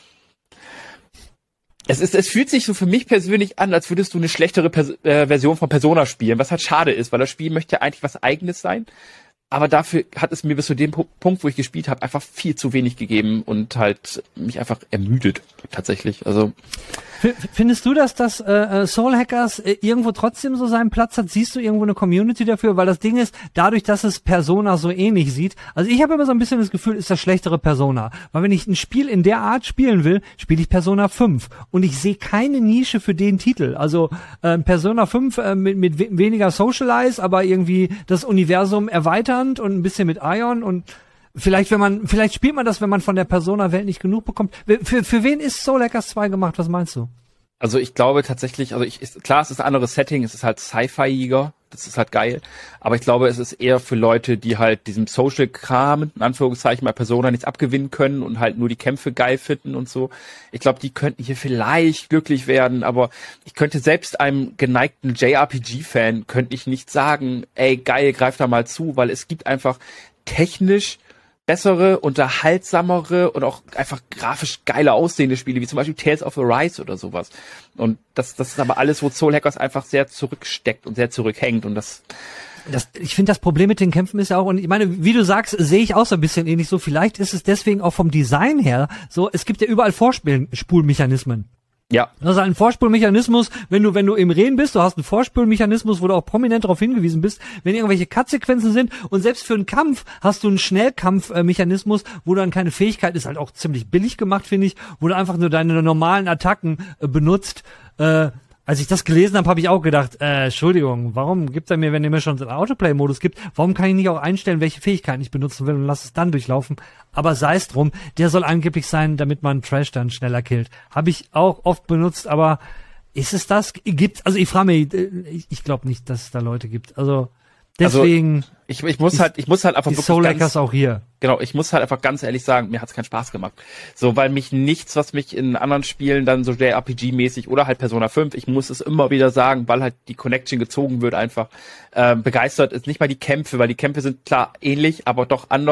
Es ist, es fühlt sich so für mich persönlich an, als würdest du eine schlechtere Pers- äh, Version von Persona spielen, was halt schade ist, weil das Spiel möchte ja eigentlich was Eigenes sein, aber dafür hat es mir bis zu dem P- Punkt, wo ich gespielt habe, einfach viel zu wenig gegeben und halt mich einfach ermüdet, tatsächlich, also... Findest du, dass das äh, Soul Hackers äh, irgendwo trotzdem so seinen Platz hat? Siehst du irgendwo eine Community dafür? Weil das Ding ist, dadurch, dass es Persona so ähnlich sieht, also ich habe immer so ein bisschen das Gefühl, ist das schlechtere Persona. Weil wenn ich ein Spiel in der Art spielen will, spiele ich Persona fünf. Und ich sehe keine Nische für den Titel. Also äh, Persona fünf äh, mit, mit we- weniger Socialize, aber irgendwie das Universum erweiternd und ein bisschen mit Ion und Vielleicht, wenn man, vielleicht spielt man das, wenn man von der Persona-Welt nicht genug bekommt. Für, für wen ist Soul Hackers zwei gemacht? Was meinst du? Also ich glaube tatsächlich, also ich, ist, klar, es ist ein anderes Setting, es ist halt Sci-Fi-iger, das ist halt geil. Aber ich glaube, es ist eher für Leute, die halt diesem Social-Kram, in Anführungszeichen, bei Persona nichts abgewinnen können und halt nur die Kämpfe geil finden und so. Ich glaube, die könnten hier vielleicht glücklich werden, aber ich könnte selbst einem geneigten J R P G-Fan, könnte ich nicht sagen, ey, geil, greif da mal zu, weil es gibt einfach technisch bessere, unterhaltsamere und auch einfach grafisch geile aussehende Spiele, wie zum Beispiel Tales of Arise oder sowas. Und das, das ist aber alles, wo Soul Hackers einfach sehr zurücksteckt und sehr zurückhängt und das... Das, ich finde, das Problem mit den Kämpfen ist ja auch, und ich meine, wie du sagst, sehe ich auch so ein bisschen ähnlich so, vielleicht ist es deswegen auch vom Design her so, es gibt ja überall Vorspulmechanismen. Ja. Das ist ein Vorspulmechanismus, wenn du, wenn du im Reden bist, du hast einen Vorspulmechanismus, wo du auch prominent darauf hingewiesen bist, wenn irgendwelche Cut-Sequenzen sind und selbst für einen Kampf hast du einen Schnellkampfmechanismus, wo dann keine Fähigkeit ist, halt auch ziemlich billig gemacht, finde ich, wo du einfach nur deine normalen Attacken äh, benutzt, äh, als ich das gelesen habe, habe ich auch gedacht, äh, Entschuldigung, warum gibt er mir, wenn er mir schon so einen Autoplay-Modus gibt, warum kann ich nicht auch einstellen, welche Fähigkeiten ich benutzen will und lass es dann durchlaufen? Aber sei es drum, der soll angeblich sein, damit man Trash dann schneller killt. Habe ich auch oft benutzt, aber ist es das? Gibt's, also ich frage mich, ich, ich glaube nicht, dass es da Leute gibt. Also deswegen... Also ich, ich muss halt, ich muss halt einfach die Soul Hackers auch hier. Genau, ich muss halt einfach ganz ehrlich sagen, mir hat's keinen Spaß gemacht. So, weil mich nichts, was mich in anderen Spielen dann so J R P G-mäßig oder halt Persona fünf, ich muss es immer wieder sagen, weil halt die Connection gezogen wird einfach, äh, begeistert ist nicht mal die Kämpfe, weil die Kämpfe sind klar ähnlich, aber doch anders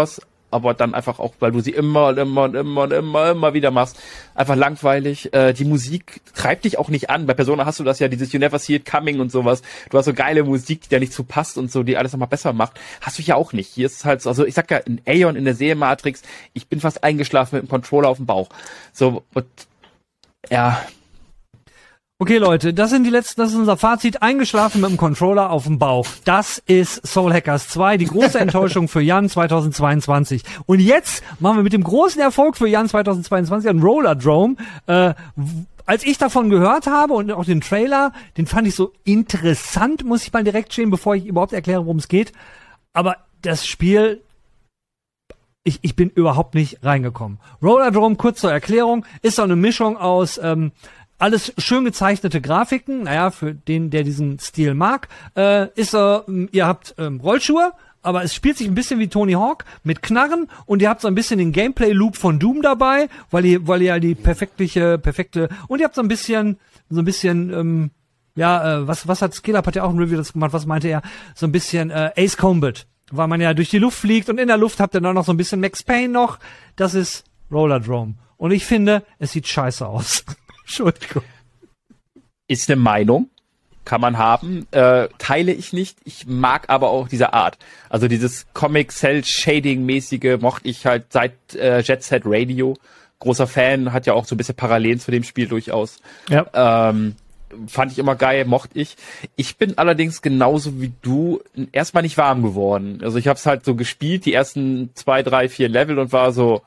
aber dann einfach auch, weil du sie immer und immer und immer und immer, immer wieder machst, einfach langweilig. Äh, die Musik treibt dich auch nicht an. Bei Persona hast du das ja, dieses You Never See It Coming und sowas. Du hast so geile Musik, die da nicht zu passt und so, die alles nochmal besser macht. Hast du ja auch nicht. Hier ist es halt so, also ich sag ja, in Aeon, in der Serie Matrix, ich bin fast eingeschlafen mit dem Controller auf dem Bauch. So, und ja... Okay, Leute, das sind die letzten, das ist unser Fazit. Eingeschlafen mit dem Controller auf dem Bauch. Das ist Soul Hackers zwei, die große Enttäuschung für Jan zweitausendzweiundzwanzig. Und jetzt machen wir mit dem großen Erfolg für Jan zweitausendzweiundzwanzig einen Rollerdrome. Äh, als ich davon gehört habe und auch den Trailer, den fand ich so interessant, muss ich mal direkt stehen, bevor ich überhaupt erkläre, worum es geht. Aber das Spiel... Ich, ich bin überhaupt nicht reingekommen. Rollerdrome, kurz zur Erklärung, ist so eine Mischung aus... Ähm, alles schön gezeichnete Grafiken, naja, für den, der diesen Stil mag, äh, ist er, äh, ihr habt ähm, Rollschuhe, aber es spielt sich ein bisschen wie Tony Hawk mit Knarren und ihr habt so ein bisschen den Gameplay-Loop von Doom dabei, weil ihr, weil ihr ja die perfektliche, perfekte, und ihr habt so ein bisschen, so ein bisschen, ähm, ja, äh, was, was hat Skillab, hat ja auch ein Review das gemacht, was meinte er, so ein bisschen äh, Ace Combat, weil man ja durch die Luft fliegt und in der Luft habt ihr dann noch so ein bisschen Max Payne noch, das ist Rollerdrome. Und ich finde, es sieht scheiße aus. Entschuldigung. Ist eine Meinung, kann man haben, äh, teile ich nicht. Ich mag aber auch diese Art. Also dieses Comic-Cell-Shading-mäßige mochte ich halt seit äh, Jet Set Radio. Großer Fan, hat ja auch so ein bisschen Parallelen zu dem Spiel durchaus. Ja. Ähm, fand ich immer geil, mochte ich. Ich bin allerdings genauso wie du erstmal nicht warm geworden. Also ich habe es halt so gespielt, die ersten zwei, drei, vier Level und war so,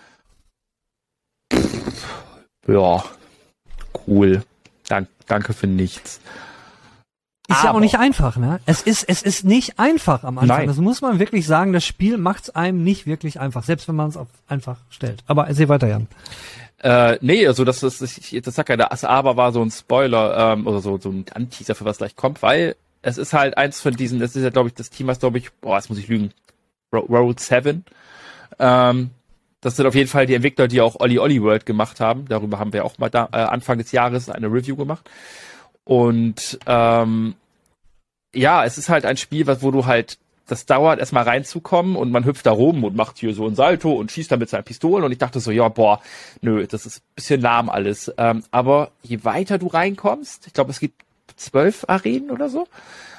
ja, cool. Dank, danke für nichts. Ist Aber, ja auch nicht einfach, ne? Es ist, es ist nicht einfach am Anfang. Nein. Das muss man wirklich sagen. Das Spiel macht's einem nicht wirklich einfach, selbst wenn man es auf einfach stellt. Aber erzähl weiter, Jan. Äh, nee, also das ist, ich, das sag ja, das Aber war so ein Spoiler, ähm, oder so, so ein Anteaser für was gleich kommt, weil es ist halt eins von diesen, das ist ja, glaube ich, das Team, was, glaube ich, boah, jetzt muss ich lügen, Road seven, ähm, das sind auf jeden Fall die Entwickler, die auch Olli Olli World gemacht haben. Darüber haben wir auch mal da, äh, Anfang des Jahres eine Review gemacht. Und ähm, ja, es ist halt ein Spiel, was, wo du halt, das dauert erstmal reinzukommen und man hüpft da rum und macht hier so ein Salto und schießt da mit seinen Pistolen und ich dachte so, ja, boah, nö, das ist ein bisschen lahm alles. Ähm, aber je weiter du reinkommst, ich glaube, es gibt zwölf Arenen oder so,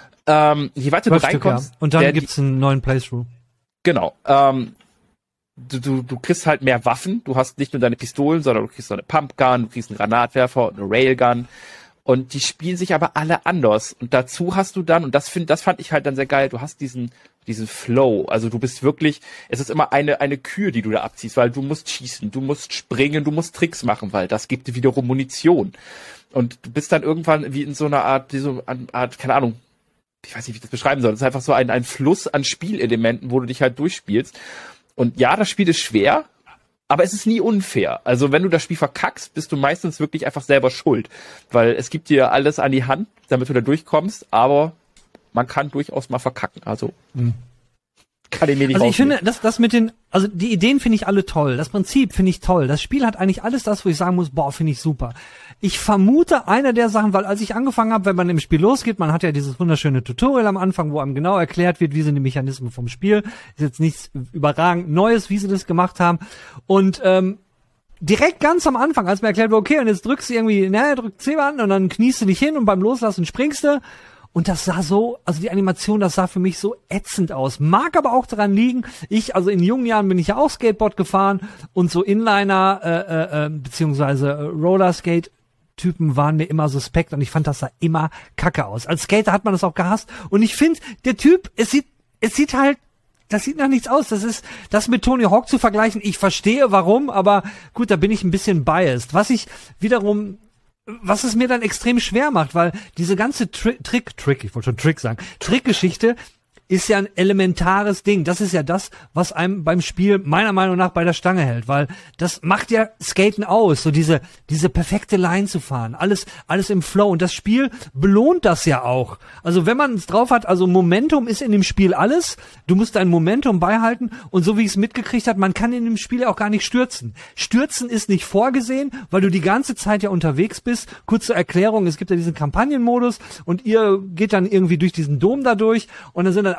ähm, je weiter du reinkommst... Stück, ja. Und dann gibt's einen neuen Playthrough. Genau, ähm, Du, du, du kriegst halt mehr Waffen. Du hast nicht nur deine Pistolen, sondern du kriegst so eine Pumpgun, du kriegst einen Granatwerfer und eine Railgun. Und die spielen sich aber alle anders. Und dazu hast du dann, und das find, das fand ich halt dann sehr geil, du hast diesen, diesen Flow. Also du bist wirklich, es ist immer eine, eine Kür, die du da abziehst, weil du musst schießen, du musst springen, du musst Tricks machen, weil das gibt dir wiederum Munition. Und du bist dann irgendwann wie in so einer Art, wie so eine Art, keine Ahnung, ich weiß nicht, wie ich das beschreiben soll. Es ist einfach so ein, ein Fluss an Spielelementen, wo du dich halt durchspielst. Und ja, das Spiel ist schwer, aber es ist nie unfair. Also wenn du das Spiel verkackst, bist du meistens wirklich einfach selber schuld. Weil es gibt dir alles an die Hand, damit du da durchkommst, aber man kann durchaus mal verkacken. Also mhm. kann ich mir nicht Also ich rausnehmen. finde, das, das mit den, also die Ideen finde ich alle toll. Das Prinzip finde ich toll. Das Spiel hat eigentlich alles das, wo ich sagen muss, boah, finde ich super. Ich vermute, eine der Sachen, weil als ich angefangen habe, wenn man im Spiel losgeht, man hat ja dieses wunderschöne Tutorial am Anfang, wo einem genau erklärt wird, wie sind die Mechanismen vom Spiel. Ist jetzt nichts überragend Neues, wie sie das gemacht haben. Und ähm, direkt ganz am Anfang, als mir erklärt wurde, okay, und jetzt drückst du irgendwie, ne, drückst C an und dann kniest du dich hin und beim Loslassen springst du. Und das sah so, also die Animation, das sah für mich so ätzend aus. Mag aber auch daran liegen, ich, also in jungen Jahren bin ich ja auch Skateboard gefahren und so Inliner, äh, äh, beziehungsweise äh, Rollerskate-Typen waren mir immer suspekt und ich fand, das sah immer kacke aus. Als Skater hat man das auch gehasst und ich finde, der Typ, es sieht, es sieht halt, das sieht nach nichts aus. Das ist, das mit Tony Hawk zu vergleichen, ich verstehe warum, aber gut, da bin ich ein bisschen biased. Was ich wiederum was es mir dann extrem schwer macht, weil diese ganze Tri- Trick, Trick, ich wollte schon Trick sagen, Trickgeschichte ist ja ein elementares Ding. Das ist ja das, was einem beim Spiel meiner Meinung nach bei der Stange hält, weil das macht ja Skaten aus, so diese diese perfekte Line zu fahren, alles alles im Flow und das Spiel belohnt das ja auch. Also wenn man es drauf hat, also Momentum ist in dem Spiel alles, du musst dein Momentum beibehalten und so wie ich es mitgekriegt habe, man kann in dem Spiel ja auch gar nicht stürzen. Stürzen ist nicht vorgesehen, weil du die ganze Zeit ja unterwegs bist. Kurze Erklärung, es gibt ja diesen Kampagnenmodus und ihr geht dann irgendwie durch diesen Dom da durch und dann sind dann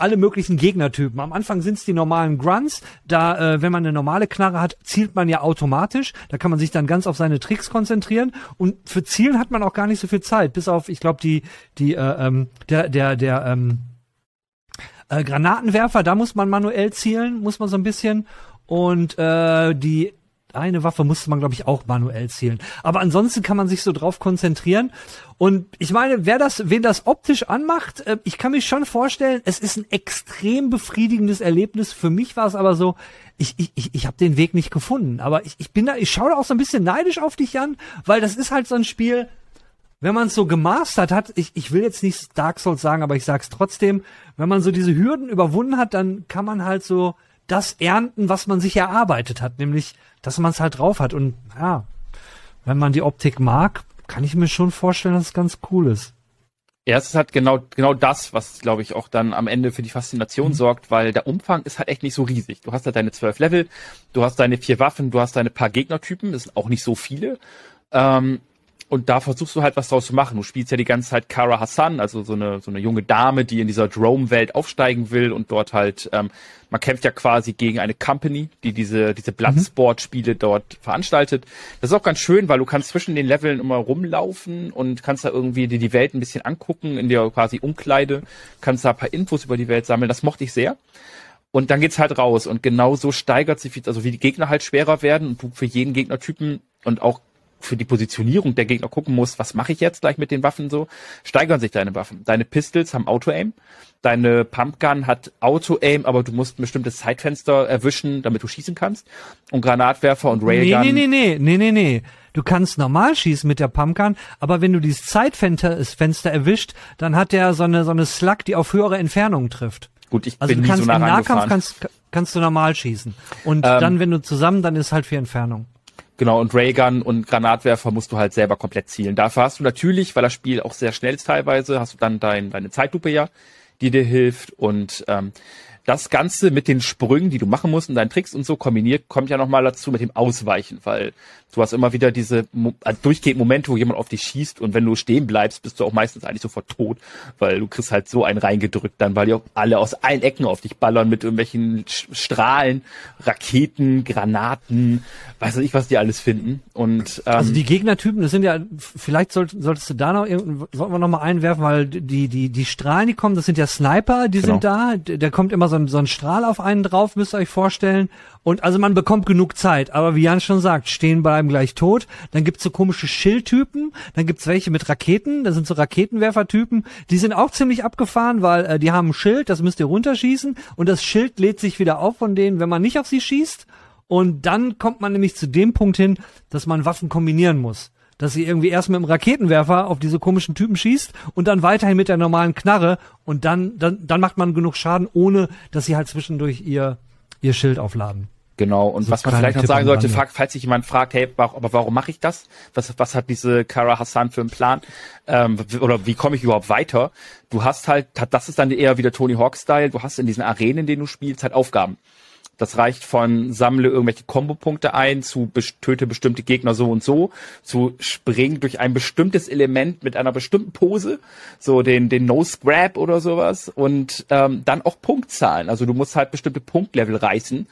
alle möglichen Gegnertypen. Am Anfang sind's die normalen Grunts, da, äh, wenn man eine normale Knarre hat, zielt man ja automatisch, da kann man sich dann ganz auf seine Tricks konzentrieren und für Zielen hat man auch gar nicht so viel Zeit, bis auf, ich glaube, die, die, äh, ähm, der, der, der, ähm, äh, Granatenwerfer, da muss man manuell zielen, muss man so ein bisschen und, äh, die eine Waffe musste man, glaube ich, auch manuell zielen. Aber ansonsten kann man sich so drauf konzentrieren. Und ich meine, wer das, wen das optisch anmacht, äh, ich kann mich schon vorstellen, es ist ein extrem befriedigendes Erlebnis. Für mich war es aber so, ich, ich, ich, ich habe den Weg nicht gefunden. Aber ich, ich bin da, ich schaue da auch so ein bisschen neidisch auf dich, Jan, weil das ist halt so ein Spiel, wenn man es so gemastert hat, ich, ich will jetzt nicht Dark Souls sagen, aber ich sag's trotzdem, wenn man so diese Hürden überwunden hat, dann kann man halt so das ernten, was man sich erarbeitet hat, nämlich, dass man es halt drauf hat. Und ja, wenn man die Optik mag, kann ich mir schon vorstellen, dass es ganz cool ist. Ja, es ist halt genau, genau das, was, glaube ich, auch dann am Ende für die Faszination mhm. sorgt, weil der Umfang ist halt echt nicht so riesig. Du hast halt deine zwölf Level, du hast deine vier Waffen, du hast deine paar Gegnertypen, das sind auch nicht so viele. Ähm, Und da versuchst du halt was draus zu machen. Du spielst ja die ganze Zeit Kara Hassan, also so eine so eine junge Dame, die in dieser Drome-Welt aufsteigen will und dort halt, ähm, man kämpft ja quasi gegen eine Company, die diese diese Bloodsport-Spiele dort veranstaltet. Das ist auch ganz schön, weil du kannst zwischen den Leveln immer rumlaufen und kannst da irgendwie dir die Welt ein bisschen angucken, in der quasi Umkleide, kannst da ein paar Infos über die Welt sammeln. Das mochte ich sehr. Und dann geht's halt raus und genau so steigert sich, also wie die Gegner halt schwerer werden und du für jeden Gegnertypen und auch für die Positionierung der Gegner gucken musst, was mache ich jetzt gleich mit den Waffen so, steigern sich deine Waffen. Deine Pistols haben Auto-Aim, deine Pumpgun hat Auto-Aim, aber du musst ein bestimmtes Zeitfenster erwischen, damit du schießen kannst. Und Granatwerfer und Railgun... Nee, nee, nee, nee, nee, nee. Du kannst normal schießen mit der Pumpgun, aber wenn du dieses Zeitfenster das Fenster erwischt, dann hat der so eine, so eine Slug, die auf höhere Entfernungen trifft. Gut, ich also bin du kannst nie so nah im Nahkampf rangefahren. kannst, kannst du normal schießen. Und ähm, dann, wenn du zusammen, dann ist halt für Entfernung. Genau, und Raygun und Granatwerfer musst du halt selber komplett zielen. Dafür hast du natürlich, weil das Spiel auch sehr schnell ist teilweise, hast du dann dein, deine Zeitlupe ja, die dir hilft. Und ähm, das Ganze mit den Sprüngen, die du machen musst und deinen Tricks und so kombiniert, kommt ja nochmal dazu mit dem Ausweichen, weil du hast immer wieder diese äh, durchgehend Momente, wo jemand auf dich schießt und wenn du stehen bleibst, bist du auch meistens eigentlich sofort tot, weil du kriegst halt so einen reingedrückt dann, weil die auch alle aus allen Ecken auf dich ballern mit irgendwelchen Strahlen, Raketen, Granaten, weiß ich, was die alles finden. Und ähm, also die Gegnertypen, das sind ja, vielleicht sollt, solltest du da noch, sollten wir noch mal einwerfen, weil die die die Strahlen, die kommen, das sind ja Sniper, die genau. sind da, da kommt immer so ein, so ein Strahl auf einen drauf, müsst ihr euch vorstellen. Und also man bekommt genug Zeit, aber wie Jan schon sagt, stehen bleiben gleich tot. Dann gibt's so komische Schildtypen, dann gibt's welche mit Raketen, das sind so Raketenwerfertypen, die sind auch ziemlich abgefahren, weil äh, die haben ein Schild, das müsst ihr runterschießen und das Schild lädt sich wieder auf von denen, wenn man nicht auf sie schießt. Und dann kommt man nämlich zu dem Punkt hin, dass man Waffen kombinieren muss. Dass sie irgendwie erst mit dem Raketenwerfer auf diese komischen Typen schießt und dann weiterhin mit der normalen Knarre und dann, dann, dann macht man genug Schaden, ohne dass sie halt zwischendurch ihr, ihr Schild aufladen. Genau, und so was man vielleicht noch sagen sollte, falls sich jemand fragt, hey, aber warum mache ich das? Was, was hat diese Kara Hassan für einen Plan? Ähm, oder wie komme ich überhaupt weiter? Du hast halt, das ist dann eher wieder Tony Hawk-Style, du hast in diesen Arenen, in denen du spielst, halt Aufgaben. Das reicht von sammle irgendwelche Kombopunkte ein, zu töte bestimmte Gegner so und so, zu spring durch ein bestimmtes Element mit einer bestimmten Pose, so den den No-Scrap oder sowas und ähm, dann auch Punktzahlen. Also du musst halt bestimmte Punktlevel reißen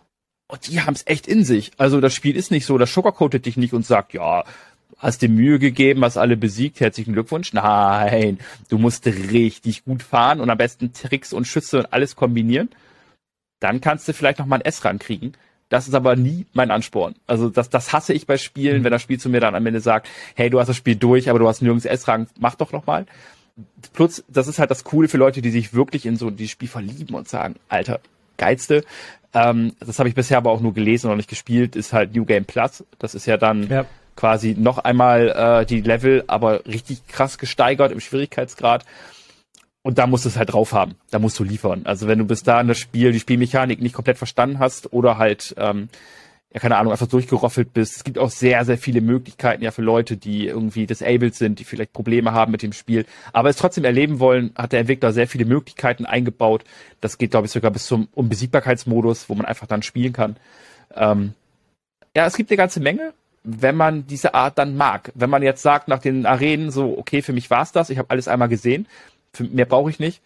und die haben es echt in sich. Also das Spiel ist nicht so, das sugarcoatet dich nicht und sagt, ja, hast dir Mühe gegeben, hast alle besiegt, herzlichen Glückwunsch. Nein, du musst richtig gut fahren und am besten Tricks und Schüsse und alles kombinieren. Dann kannst du vielleicht noch mal ein S rankriegen. Das ist aber nie mein Ansporn. Also das, das hasse ich bei Spielen, wenn das Spiel zu mir dann am Ende sagt, hey, du hast das Spiel durch, aber du hast nirgends S-Rang, mach doch noch mal. Plus, das ist halt das Coole für Leute, die sich wirklich in so dieses Spiel verlieben und sagen, Alter, geilste. Ähm, das habe ich bisher aber auch nur gelesen und noch nicht gespielt, ist halt New Game Plus. Das ist ja dann ja. quasi noch einmal äh, die Level, aber richtig krass gesteigert im Schwierigkeitsgrad. Und da musst du es halt drauf haben. Da musst du liefern. Also wenn du bis dahin das Spiel, die Spielmechanik nicht komplett verstanden hast oder halt, ähm, ja keine Ahnung, einfach durchgeroffelt bist. Es gibt auch sehr, sehr viele Möglichkeiten ja für Leute, die irgendwie disabled sind, die vielleicht Probleme haben mit dem Spiel, aber es trotzdem erleben wollen, hat der Entwickler sehr viele Möglichkeiten eingebaut. Das geht, glaube ich, sogar bis zum Unbesiegbarkeitsmodus, wo man einfach dann spielen kann. Ähm, ja, es gibt eine ganze Menge, wenn man diese Art dann mag. Wenn man jetzt sagt nach den Arenen so, okay, für mich war's das, ich habe alles einmal gesehen, für mehr brauche ich nicht,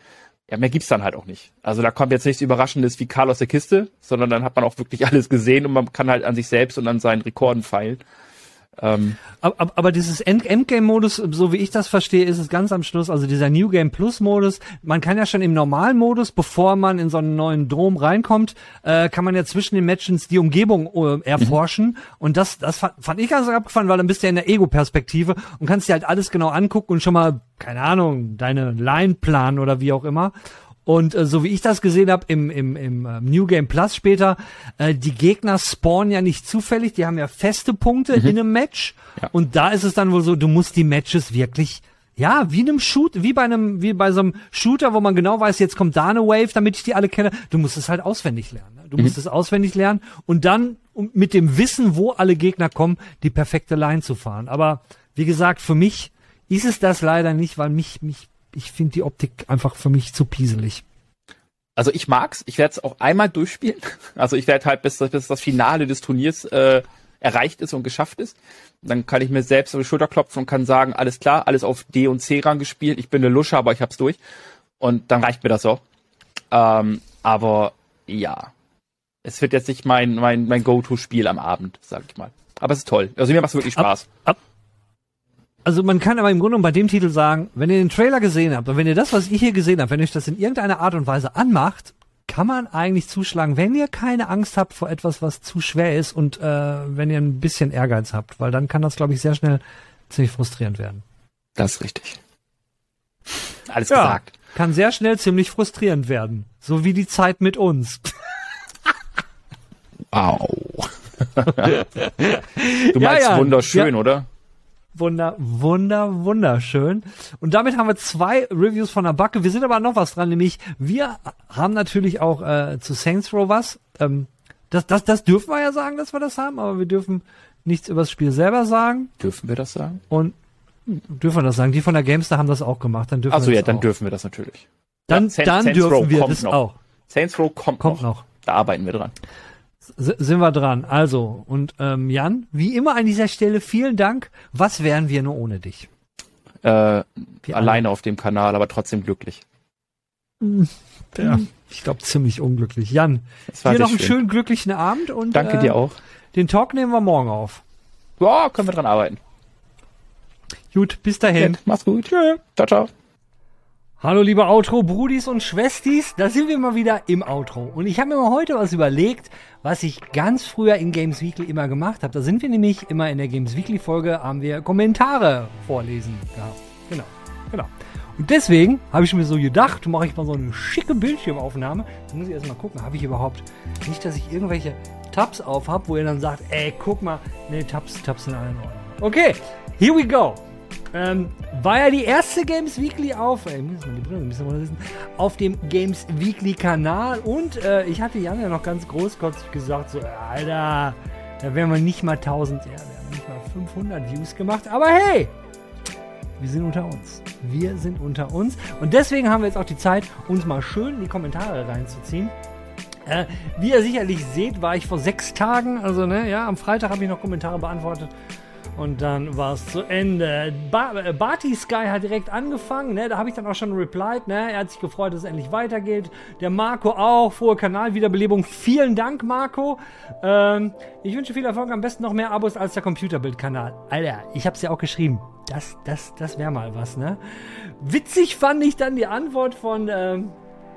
ja, mehr gibt's dann halt auch nicht. Also da kommt jetzt nichts Überraschendes wie Karl aus der Kiste, sondern dann hat man auch wirklich alles gesehen und man kann halt an sich selbst und an seinen Rekorden feilen. Ähm, aber, aber dieses End Endgame-Modus, so wie ich das verstehe, ist es ganz am Schluss, also dieser New Game Plus-Modus, man kann ja schon im normalen Modus, bevor man in so einen neuen Dom reinkommt, äh, kann man ja zwischen den Matches die Umgebung äh, erforschen mhm. und das das fand, fand ich ganz abgefahren, weil dann bist du ja in der Ego-Perspektive und kannst dir halt alles genau angucken und schon mal, keine Ahnung, deine Line planen oder wie auch immer. Und äh, so wie ich das gesehen habe im im im äh, New Game Plus später, äh, die Gegner spawnen ja nicht zufällig, die haben ja feste Punkte mhm. in einem Match. Ja. Und da ist es dann wohl so, du musst die Matches wirklich, ja, wie in einem Shoot, wie bei einem, wie bei so einem Shooter, wo man genau weiß, jetzt kommt da eine Wave, damit ich die alle kenne. Du musst es halt auswendig lernen. Ne? Du mhm. musst es auswendig lernen und dann um, mit dem Wissen, wo alle Gegner kommen, die perfekte Line zu fahren. Aber wie gesagt, für mich ist es das leider nicht, weil mich mich ich finde die Optik einfach für mich zu pieselig. Also ich mag's. Ich werde es auch einmal durchspielen. Also ich werde halt, bis, bis das Finale des Turniers äh, erreicht ist und geschafft ist. Dann kann ich mir selbst auf die Schulter klopfen und kann sagen, alles klar, alles auf D und C ran gespielt. Ich bin eine Lusche, aber ich hab's durch. Und dann reicht mir das auch. Ähm, aber ja, es wird jetzt nicht mein mein mein Go-To-Spiel am Abend, sag ich mal. Aber es ist toll. Also mir macht's wirklich Spaß. Ab, ab. Also man kann aber im Grunde bei dem Titel sagen, wenn ihr den Trailer gesehen habt und wenn ihr das, was ich hier gesehen habe, wenn euch das in irgendeiner Art und Weise anmacht, kann man eigentlich zuschlagen, wenn ihr keine Angst habt vor etwas, was zu schwer ist und äh, wenn ihr ein bisschen Ehrgeiz habt, weil dann kann das, glaube ich, sehr schnell ziemlich frustrierend werden. Das ist richtig. Alles ja, gesagt. Kann sehr schnell ziemlich frustrierend werden. So wie die Zeit mit uns. Wow. Du meinst ja, ja. wunderschön, ja. oder? Wunder, wunder, wunderschön. Und damit haben wir zwei Reviews von der Backe. Wir sind aber noch was dran, nämlich wir haben natürlich auch äh, zu Saints Row was. Ähm, das, das, das dürfen wir ja sagen, dass wir das haben, aber wir dürfen nichts über das Spiel selber sagen. Dürfen wir das sagen? Und dürfen wir das sagen? Die von der Gamestar haben das auch gemacht. Dann dürfen also wir ja, das dann auch. dürfen wir das natürlich. Dann, ja, Saints, dann Saints dürfen Row wir kommt das noch. auch. Saints Row kommt, kommt noch. noch. Da arbeiten wir dran. S- sind wir dran. Also, und ähm, Jan, wie immer an dieser Stelle, vielen Dank. Was wären wir nur ohne dich? Äh, alleine auf dem Kanal, aber trotzdem glücklich. Ja, ich glaube ziemlich unglücklich. Jan, dir noch einen schön. schönen glücklichen Abend und danke äh, dir auch. Den Talk nehmen wir morgen auf. Ja, können wir dran arbeiten. Gut, bis dahin. Gut, mach's gut. Tschö. Ciao, ciao. Hallo liebe Outro-Brudis und Schwestis, da sind wir mal wieder im Outro. Und ich habe mir mal heute was überlegt, was ich ganz früher in Games Weekly immer gemacht habe. Da sind wir nämlich immer in der Games Weekly-Folge, haben wir Kommentare vorlesen gehabt. Genau, genau. Und deswegen habe ich mir so gedacht, mache ich mal so eine schicke Bildschirmaufnahme. Da muss ich erst mal gucken, habe ich überhaupt, nicht, dass ich irgendwelche Tabs auf habe, wo ihr dann sagt, ey, guck mal, ne, Tabs, Tabs sind alle in Ordnung. Okay, here we go. Ähm, war ja die erste Games Weekly auf, ey, muss man die Brille ein bisschen mal wissen, auf dem Games Weekly Kanal und äh, ich hatte Jan ja noch ganz großkotzig gesagt, so, Alter, da wären wir nicht mal tausend, ja, wir haben nicht mal fünfhundert Views gemacht, aber hey, wir sind unter uns. Wir sind unter uns und deswegen haben wir jetzt auch die Zeit, uns mal schön in die Kommentare reinzuziehen. Äh, wie ihr sicherlich seht, war ich vor sechs Tagen, also ne, ja, am Freitag habe ich noch Kommentare beantwortet. Und dann war es zu Ende. Ba- Barty Sky hat direkt angefangen, ne? Da habe ich dann auch schon replied, ne? Er hat sich gefreut, dass es endlich weitergeht. Der Marco auch, frohe Kanalwiederbelebung. Vielen Dank, Marco. Ähm, ich wünsche viel Erfolg, am besten noch mehr Abos als der Computerbild-Kanal. Alter, ich hab's ja auch geschrieben. Das, das, das wäre mal was, ne? Witzig fand ich dann die Antwort von ähm,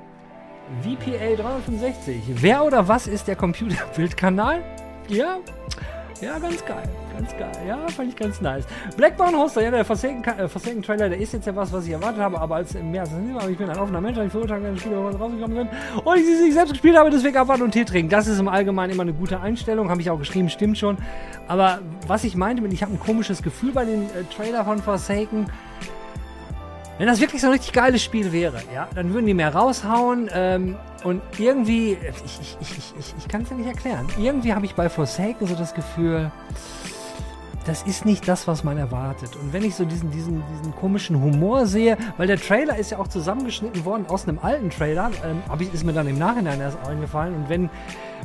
V P A dreihundertfünfundsechzig. Wer oder was ist der Computerbild-Kanal? Ja, ja, ganz geil. Ganz geil, ja, fand ich ganz nice. Blackburn Hoster, ja, der Forsaken, äh, Forsaken Trailer, der ist jetzt ja was, was ich erwartet habe, aber als im März, aber ich bin ein offener Mensch, ich verurteile keine Spiele, was rausgekommen sind und ich sie nicht selbst gespielt habe, deswegen abwarten und Tee trinken. Das ist im Allgemeinen immer eine gute Einstellung, habe ich auch geschrieben, stimmt schon. Aber was ich meinte, ich habe ein komisches Gefühl bei den äh, Trailer von Forsaken. Wenn das wirklich so ein richtig geiles Spiel wäre, ja, dann würden die mehr raushauen ähm, und irgendwie, ich, ich, ich, ich, ich, ich kann es ja nicht erklären, irgendwie habe ich bei Forsaken so das Gefühl, das ist nicht das, was man erwartet. Und wenn ich so diesen, diesen, diesen komischen Humor sehe, weil der Trailer ist ja auch zusammengeschnitten worden aus einem alten Trailer, ähm, hab ich, ist mir dann im Nachhinein erst eingefallen. Und wenn,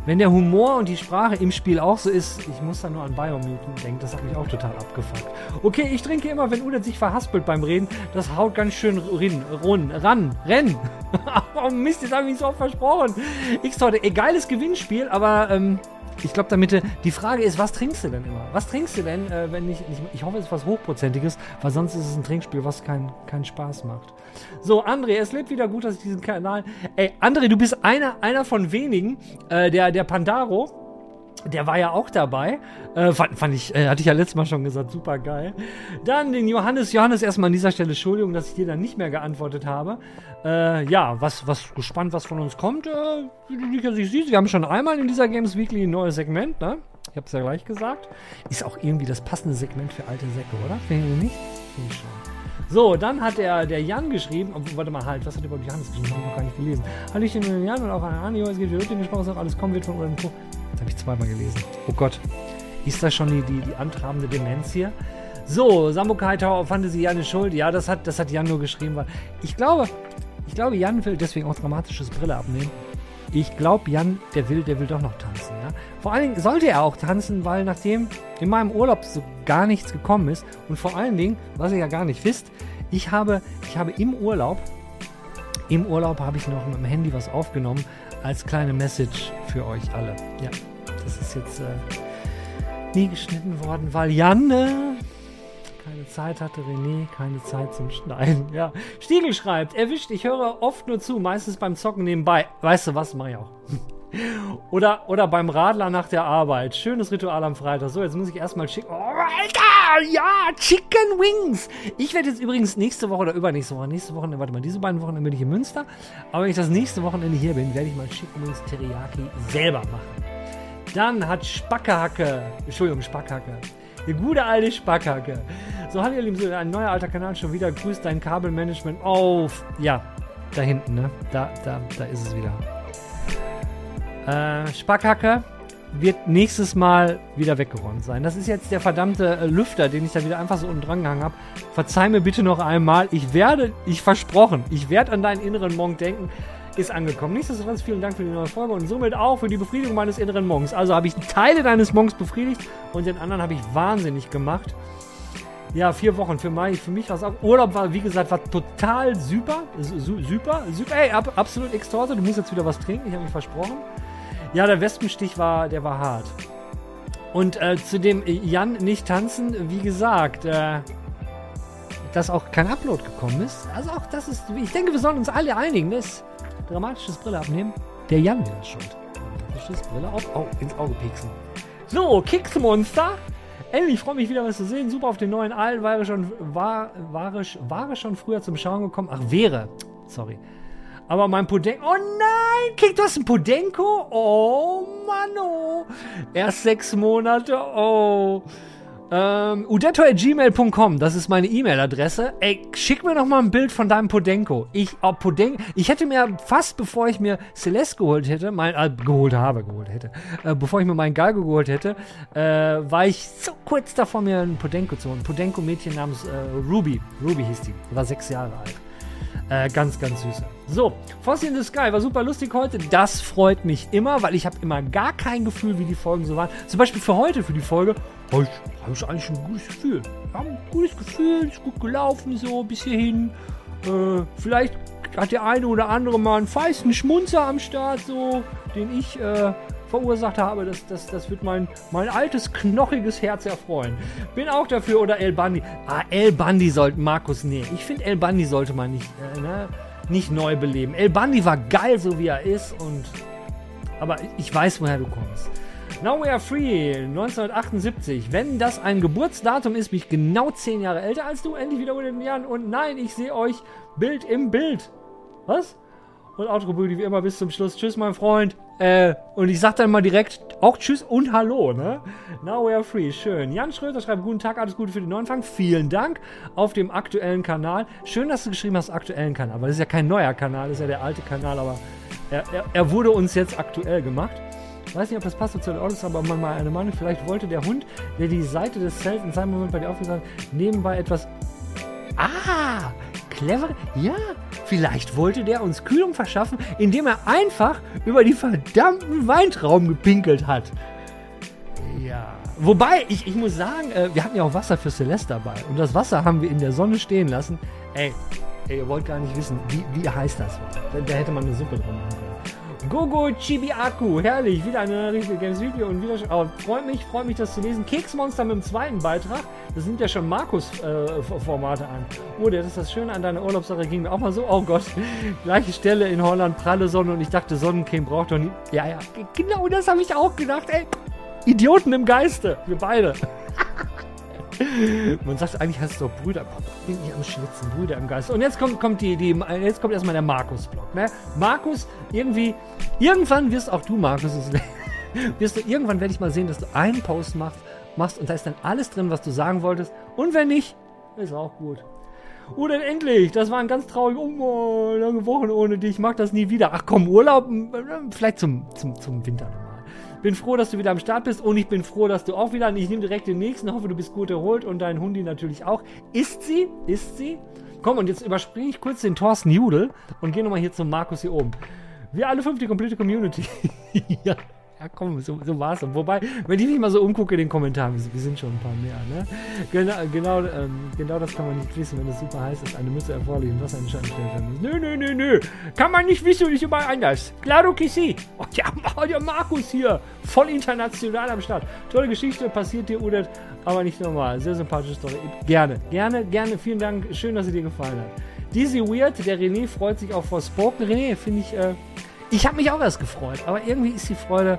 wenn der Humor und die Sprache im Spiel auch so ist, ich muss da nur an Biomutant denken, das hat mich auch total abgefuckt. Okay, ich trinke immer, wenn Udet sich verhaspelt beim Reden, das haut ganz schön rin, run, ran, renn. Oh Mist, jetzt habe ich mich so oft versprochen. X-Torte, ey, geiles Gewinnspiel, aber ähm, ich glaube, damit die Frage ist, was trinkst du denn immer? Was trinkst du denn, äh, wenn ich, ich, ich hoffe, es ist was Hochprozentiges, weil sonst ist es ein Trinkspiel, was keinen keinen Spaß macht. So, André, es lebt wieder gut, dass ich diesen Kanal... Ey, André, du bist einer, einer von wenigen, äh, der, der Pandaro, der war ja auch dabei. Äh, fand, fand ich, äh, hatte ich ja letztes Mal schon gesagt, super geil. Dann den Johannes. Johannes, erstmal an dieser Stelle Entschuldigung, dass ich dir dann nicht mehr geantwortet habe. Äh, ja, was, was gespannt, was von uns kommt. Äh, wir haben schon einmal in dieser Games Weekly ein neues Segment, ne? Ich hab's ja gleich gesagt. Ist auch irgendwie das passende Segment für alte Säcke, oder? Finden Sie nicht? Finde ich schon. So, dann hat der, der Jan geschrieben, oh, warte mal, halt, was hat der überhaupt Johannes geschrieben? Das habe ich noch gar nicht gelesen. Hallo, ich bin den Jan und auch an Anio, es geht für Rütting gesprochen, auch alles kommen wird von Ulan Co. Das habe ich zweimal gelesen. Oh Gott. Ist das schon die, die, die antrabende Demenz hier? So, Sambukai Tower of Fantasy, Jan ist schuld. Ja, das hat, das hat Jan nur geschrieben, weil ich glaube, ich glaube, Jan will deswegen auch dramatisches Brille abnehmen. Ich glaube, Jan, der will, der will doch noch tanzen, ja. Vor allen Dingen sollte er auch tanzen, weil nachdem in meinem Urlaub so gar nichts gekommen ist und vor allen Dingen, was ihr ja gar nicht wisst, ich habe, ich habe im Urlaub, im Urlaub habe ich noch mit dem Handy was aufgenommen als kleine Message für euch alle. Ja, das ist jetzt äh, nie geschnitten worden, weil Jan äh, keine Zeit hatte, René keine Zeit zum Schneiden. Ja, Stiegel schreibt, erwischt, ich höre oft nur zu, meistens beim Zocken nebenbei. Weißt du was, mach ich auch. Oder, oder beim Radler nach der Arbeit. Schönes Ritual am Freitag. So, jetzt muss ich erstmal schicken. Oh, Alter! Ja, Chicken Wings! Ich werde jetzt übrigens nächste Woche oder übernächste Woche, nächste Woche, warte mal, diese beiden Wochen bin ich in Münster. Aber wenn ich das nächste Wochenende hier bin, werde ich mal Chicken Wings Teriyaki selber machen. Dann hat Spackehacke, Entschuldigung, Spackhacke. Die gute alte Spackhacke. So, hallo ihr Lieben, so ein neuer alter Kanal schon wieder. Grüß dein Kabelmanagement auf. Ja, da hinten, ne? Da, da, da ist es wieder. Äh, Spackhacke wird nächstes Mal wieder weggeräumt sein. Das ist jetzt der verdammte äh, Lüfter, den ich da wieder einfach so unten dran gehangen habe. Verzeih mir bitte noch einmal. Ich werde, ich versprochen, ich werde an deinen inneren Monk denken. Ist angekommen. Nichtsdestotrotz vielen Dank für die neue Folge und somit auch für die Befriedigung meines inneren Monks. Also habe ich Teile deines Monks befriedigt und den anderen habe ich wahnsinnig gemacht. Ja, vier Wochen für mich, für mich war es auch. Urlaub war, wie gesagt, war total super. Su super, super. Ey, ab, absolut extorte. Du musst jetzt wieder was trinken, ich habe mich versprochen. Ja, der Wespenstich war, der war hart. Und äh, zu dem Jan nicht tanzen, wie gesagt, äh, dass auch kein Upload gekommen ist. Also auch das ist, ich denke, wir sollen uns alle einigen, das dramatisches Brille abnehmen. Der Jan wäre schuld. Dramatisches Brille auf, oh, ins Auge pieksen. So, Kicksmonster. Endlich, freue mich wieder was zu sehen. Super auf den neuen Alten. War schon, war, war, war schon früher zum Schauen gekommen. Ach, wäre. Sorry. Aber mein Podenko... Oh nein! Kick, du hast ein Podenko? Oh, Mann, oh. Erst sechs Monate. Oh. Ähm, udetto at gmail punkt com, das ist meine E-Mail-Adresse. Ey, schick mir doch mal ein Bild von deinem Podenko. Ich, oh, Podenko, ich hätte mir fast, bevor ich mir Celeste geholt hätte, mein, äh, geholt habe, geholt hätte, äh, bevor ich mir meinen Galgo geholt hätte, äh, war ich so kurz davor, mir ein Podenko zu holen. Ein Podenko-Mädchen namens äh, Ruby. Ruby hieß die. War sechs Jahre alt. Äh, ganz, ganz süße. So, Fossil in the Sky war super lustig heute. Das freut mich immer, weil ich habe immer gar kein Gefühl, wie die Folgen so waren. Zum Beispiel für heute, für die Folge, habe ich, hab ich eigentlich ein gutes Gefühl. Ja, ein gutes Gefühl, ist gut gelaufen so bis hierhin. Äh, vielleicht hat der eine oder andere mal einen feisten Schmunzer am Start, so, den ich äh, verursacht habe. Das, das, das wird mein, mein altes, knochiges Herz erfreuen. Bin auch dafür, oder El Bandi. Ah, El Bandi sollte, Markus, nee. Ich finde, El Bandi sollte man nicht, äh, ne, nicht neu beleben. El Bandi war geil, so wie er ist, und aber ich weiß, woher du kommst. Now We Are Free, neunzehnhundertachtundsiebzig. Wenn das ein Geburtsdatum ist, bin ich genau zehn Jahre älter als du. Endlich wieder unter den Jahren. Und nein, ich sehe euch Bild im Bild. Was? Und Outro-Booty wie immer bis zum Schluss. Tschüss, mein Freund. Äh, und ich sag dann mal direkt auch Tschüss und Hallo, ne? Now We Are Free, schön. Jan Schröter schreibt, guten Tag, alles Gute für den Neuanfang. Vielen Dank auf dem aktuellen Kanal. Schön, dass du geschrieben hast, aktuellen Kanal. Weil das ist ja kein neuer Kanal, das ist ja der alte Kanal, aber er, er, er wurde uns jetzt aktuell gemacht. Ich weiß nicht, ob das passt zu den Autos, aber mal eine Meinung. Vielleicht wollte der Hund, der die Seite des Zelts in seinem Moment bei dir aufgesagt hat, nebenbei etwas... Ah! Clever? Ja! Vielleicht wollte der uns Kühlung verschaffen, indem er einfach über die verdammten Weintrauben gepinkelt hat. Ja. Wobei, ich, ich muss sagen, äh, wir hatten ja auch Wasser für Celeste dabei. Und das Wasser haben wir in der Sonne stehen lassen. Ey, ey ihr wollt gar nicht wissen, wie, wie heiß das war. Da, da hätte man eine Suppe drin machen können. Gogo Chibiaku, herrlich, wieder eine richtige Games Video und wieder, oh, freut mich, freut mich, das zu lesen. Keksmonster mit dem zweiten Beitrag, das nimmt ja schon Markus-Formate äh, an. Oh, das ist das Schöne an deiner Urlaubssache, ging mir auch mal so, oh Gott, gleiche Stelle in Holland, pralle Sonne und ich dachte, Sonnencreme braucht doch nie. Ja, ja, genau das habe ich auch gedacht, ey, Idioten im Geiste, wir beide. Man sagt, eigentlich heißt es doch Brüder. Bin ich am Schwitzen, Brüder im Geist. Und jetzt kommt, kommt die, die, jetzt kommt erstmal der Markus-Blog. Ne? Markus, irgendwie, irgendwann wirst auch du, Markus, wirst du, irgendwann werde ich mal sehen, dass du einen Post machst, machst und da ist dann alles drin, was du sagen wolltest. Und wenn nicht, ist auch gut. Oh, dann endlich. Das war ein ganz trauriger, oh, lange Wochen ohne dich. Ich mag das nie wieder. Ach komm, Urlaub, vielleicht zum, zum, zum Winter nochmal. Bin froh, dass du wieder am Start bist und ich bin froh, dass du auch wieder, ich nehme direkt den nächsten, hoffe, du bist gut erholt und dein Hundi natürlich auch. Ist sie? Ist sie? Komm, und jetzt überspringe ich kurz den Thorsten Judel und gehe nochmal hier zum Markus hier oben. Wir alle fünf, die komplette Community. ja. Ja, komm, so, so war's. Und wobei, wenn ich mich mal so umgucke in den Kommentaren, wir sind schon ein paar mehr, ne? Genau, genau, ähm, genau das kann man nicht wissen, wenn es super heiß ist, eine Mütze erforderlich und Wasser in den Schatten stellen kann. Nö, nö, nö, nö. Kann man nicht wissen und nicht überall anders. Claro que sí. Oh, der, der Markus hier. Voll international am Start. Tolle Geschichte, passiert dir, Udet, aber nicht normal. Sehr sympathische Story. Gerne, gerne, gerne. Vielen Dank. Schön, dass sie dir gefallen hat. Dizzy Weird, der René freut sich auch vor Spoken. René, finde ich, äh, Ich habe mich auch erst gefreut, aber irgendwie ist die Freude.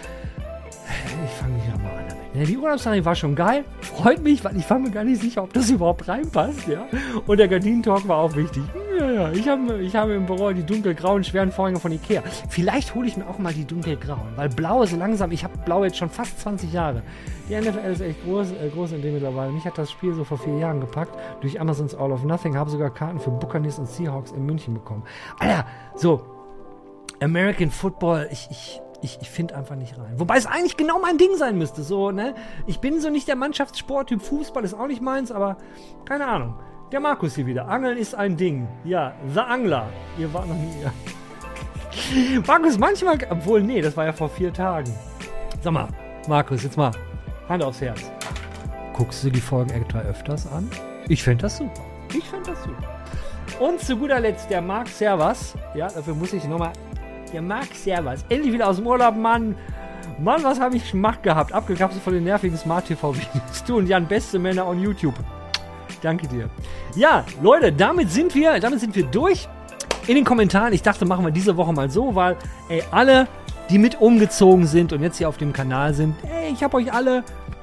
Ich fange mich nochmal an damit. Die Urlaubssache war schon geil, freut mich, weil ich war mir gar nicht sicher, ob das überhaupt reinpasst, ja. Und der Gardinentalk war auch wichtig. Ja, ja, ich habe ich hab im Büro die dunkelgrauen, schweren Vorhänge von Ikea. Vielleicht hole ich mir auch mal die dunkelgrauen, weil blau ist langsam, ich habe blau jetzt schon fast zwanzig Jahre. Die N F L ist echt groß, äh, groß in dem mittlerweile. Mich hat das Spiel so vor vier Jahren gepackt, durch Amazons All of Nothing, habe sogar Karten für Buccaneers und Seahawks in München bekommen. Alter, so, American Football, ich, ich, ich, ich finde einfach nicht rein. Wobei es eigentlich genau mein Ding sein müsste. So, ne? Ich bin so nicht der Mannschaftssporttyp, Fußball ist auch nicht meins, aber keine Ahnung. Der Markus hier wieder. Angeln ist ein Ding. Ja, The Angler. Ihr wart noch nie hier. Markus, manchmal, obwohl, nee, das war ja vor vier Tagen. Sag mal, Markus, jetzt mal Hand aufs Herz. Guckst du die Folgen etwa öfters an? Ich fände das super. Ich fände das super. Und zu guter Letzt der Marc Servas. Ja, dafür muss ich nochmal. Der Marc Servas. Endlich wieder aus dem Urlaub, Mann. Mann, was habe ich Schmack gehabt. Abgekapselt von den nervigen Smart-T V-Videos. Du und Jan, beste Männer on YouTube. Danke dir. Ja, Leute, damit sind wir, damit sind wir durch. In den Kommentaren, ich dachte, machen wir diese Woche mal so, weil, ey, alle, die mit umgezogen sind und jetzt hier auf dem Kanal sind, ey, ich habe euch alle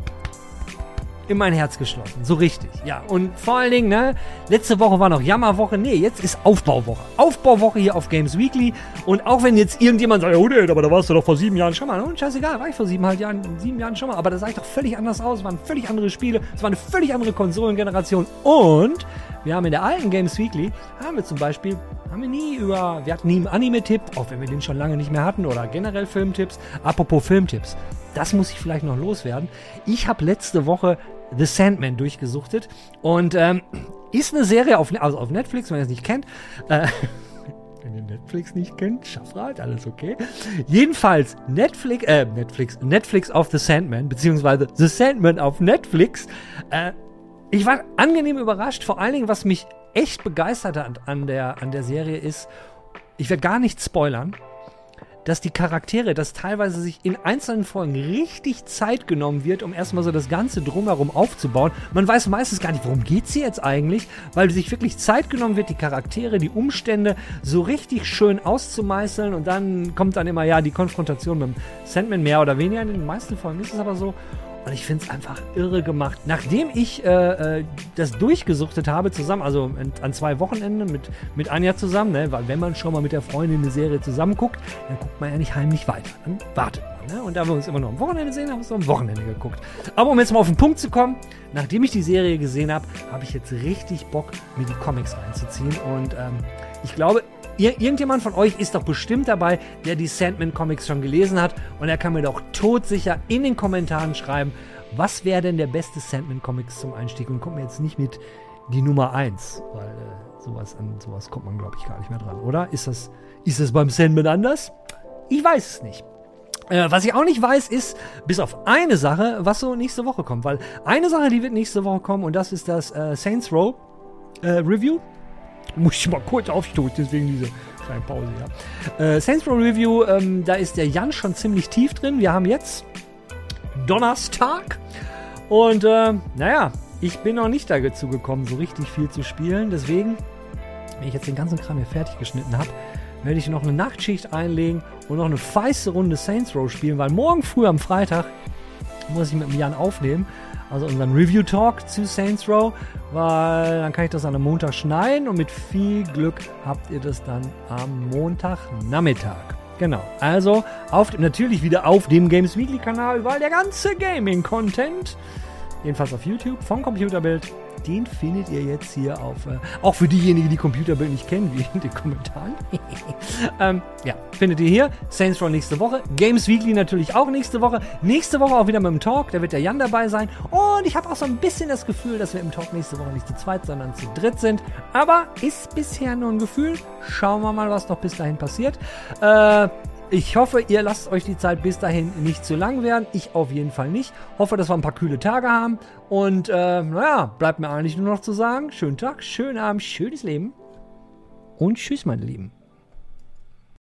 in mein Herz geschlossen. So richtig, ja. Und vor allen Dingen, ne, letzte Woche war noch Jammerwoche. Nee, jetzt ist Aufbauwoche. Aufbauwoche hier auf Games Weekly. Und auch wenn jetzt irgendjemand sagt, oh nee, aber da warst du doch vor sieben Jahren schon mal. Und scheißegal, war ich vor sieben, halt Jahren, sieben Jahren schon mal. Aber da sah ich doch völlig anders aus. Es waren völlig andere Spiele. Es war eine völlig andere Konsolengeneration. Und wir haben in der alten Games Weekly, haben wir zum Beispiel, haben wir nie über, wir hatten nie einen Anime-Tipp, auch wenn wir den schon lange nicht mehr hatten, oder generell Filmtipps. Apropos Filmtipps, das muss ich vielleicht noch loswerden. Ich habe letzte Woche The Sandman durchgesuchtet und ähm, ist eine Serie auf, also auf Netflix, wenn ihr es nicht kennt. Äh, wenn ihr Netflix nicht kennt, Schaffrat, alles okay. Jedenfalls Netflix, äh, Netflix, Netflix auf The Sandman, beziehungsweise The Sandman auf Netflix. Äh, ich war angenehm überrascht, vor allen Dingen, was mich echt begeistert hat an der, an der Serie ist, ich werde gar nicht spoilern, dass die Charaktere, dass teilweise sich in einzelnen Folgen richtig Zeit genommen wird, um erstmal so das Ganze drumherum aufzubauen. Man weiß meistens gar nicht, worum geht's hier jetzt eigentlich, weil sich wirklich Zeit genommen wird, die Charaktere, die Umstände so richtig schön auszumeißeln und dann kommt dann immer, ja, die Konfrontation mit dem Sandman mehr oder weniger. In den meisten Folgen ist es aber so. Und ich finde es einfach irre gemacht. Nachdem ich äh, äh, das durchgesuchtet habe, zusammen, also an zwei Wochenenden mit, mit Anja zusammen, ne? Weil wenn man schon mal mit der Freundin eine Serie zusammen guckt, dann guckt man ja nicht heimlich weiter. Dann wartet man. Ne? Und da wir uns immer noch am Wochenende sehen, haben wir uns noch am Wochenende geguckt. Aber um jetzt mal auf den Punkt zu kommen, nachdem ich die Serie gesehen habe, habe ich jetzt richtig Bock, mir die Comics reinzuziehen. Und ähm, ich glaube, Ir- irgendjemand von euch ist doch bestimmt dabei, der die Sandman-Comics schon gelesen hat. Und er kann mir doch todsicher in den Kommentaren schreiben, was wäre denn der beste Sandman-Comics zum Einstieg? Und kommt mir jetzt nicht mit die Nummer eins. Weil äh, sowas, an sowas kommt man, glaube ich, gar nicht mehr dran, oder? Ist das, ist das beim Sandman anders? Ich weiß es nicht. Äh, was ich auch nicht weiß, ist, bis auf eine Sache, was so nächste Woche kommt. Weil eine Sache, die wird nächste Woche kommen, und das ist das äh, Saints Row äh, Review. Muss ich mal kurz aufstoßen, deswegen diese kleine Pause, ja. Äh, Saints Row Review, ähm, da ist der Jan schon ziemlich tief drin. Wir haben jetzt Donnerstag. Und, äh, naja, ich bin noch nicht dazu gekommen, so richtig viel zu spielen. Deswegen, wenn ich jetzt den ganzen Kram hier fertig geschnitten habe, werde ich noch eine Nachtschicht einlegen und noch eine feiste Runde Saints Row spielen, weil morgen früh am Freitag muss ich mit dem Jan aufnehmen, also unseren Review-Talk zu Saints Row, weil dann kann ich das an einem Montag schneiden und mit viel Glück habt ihr das dann am Montagnachmittag. Genau, also auf, natürlich wieder auf dem Games Weekly Kanal, weil der ganze Gaming-Content, jedenfalls auf YouTube, vom Computerbild, den findet ihr jetzt hier auf, äh, auch für diejenigen, die Computerbild nicht kennen, wie in den Kommentaren. ähm, ja, findet ihr hier. Saints Row nächste Woche. Games Weekly natürlich auch nächste Woche. Nächste Woche auch wieder mit dem Talk. Da wird der Jan dabei sein. Und ich habe auch so ein bisschen das Gefühl, dass wir im Talk nächste Woche nicht zu zweit, sondern zu dritt sind. Aber ist bisher nur ein Gefühl. Schauen wir mal, was noch bis dahin passiert. Äh, Ich hoffe, ihr lasst euch die Zeit bis dahin nicht zu lang werden. Ich auf jeden Fall nicht. Hoffe, dass wir ein paar kühle Tage haben. Und äh, naja, bleibt mir eigentlich nur noch zu sagen, schönen Tag, schönen Abend, schönes Leben. Und tschüss, meine Lieben.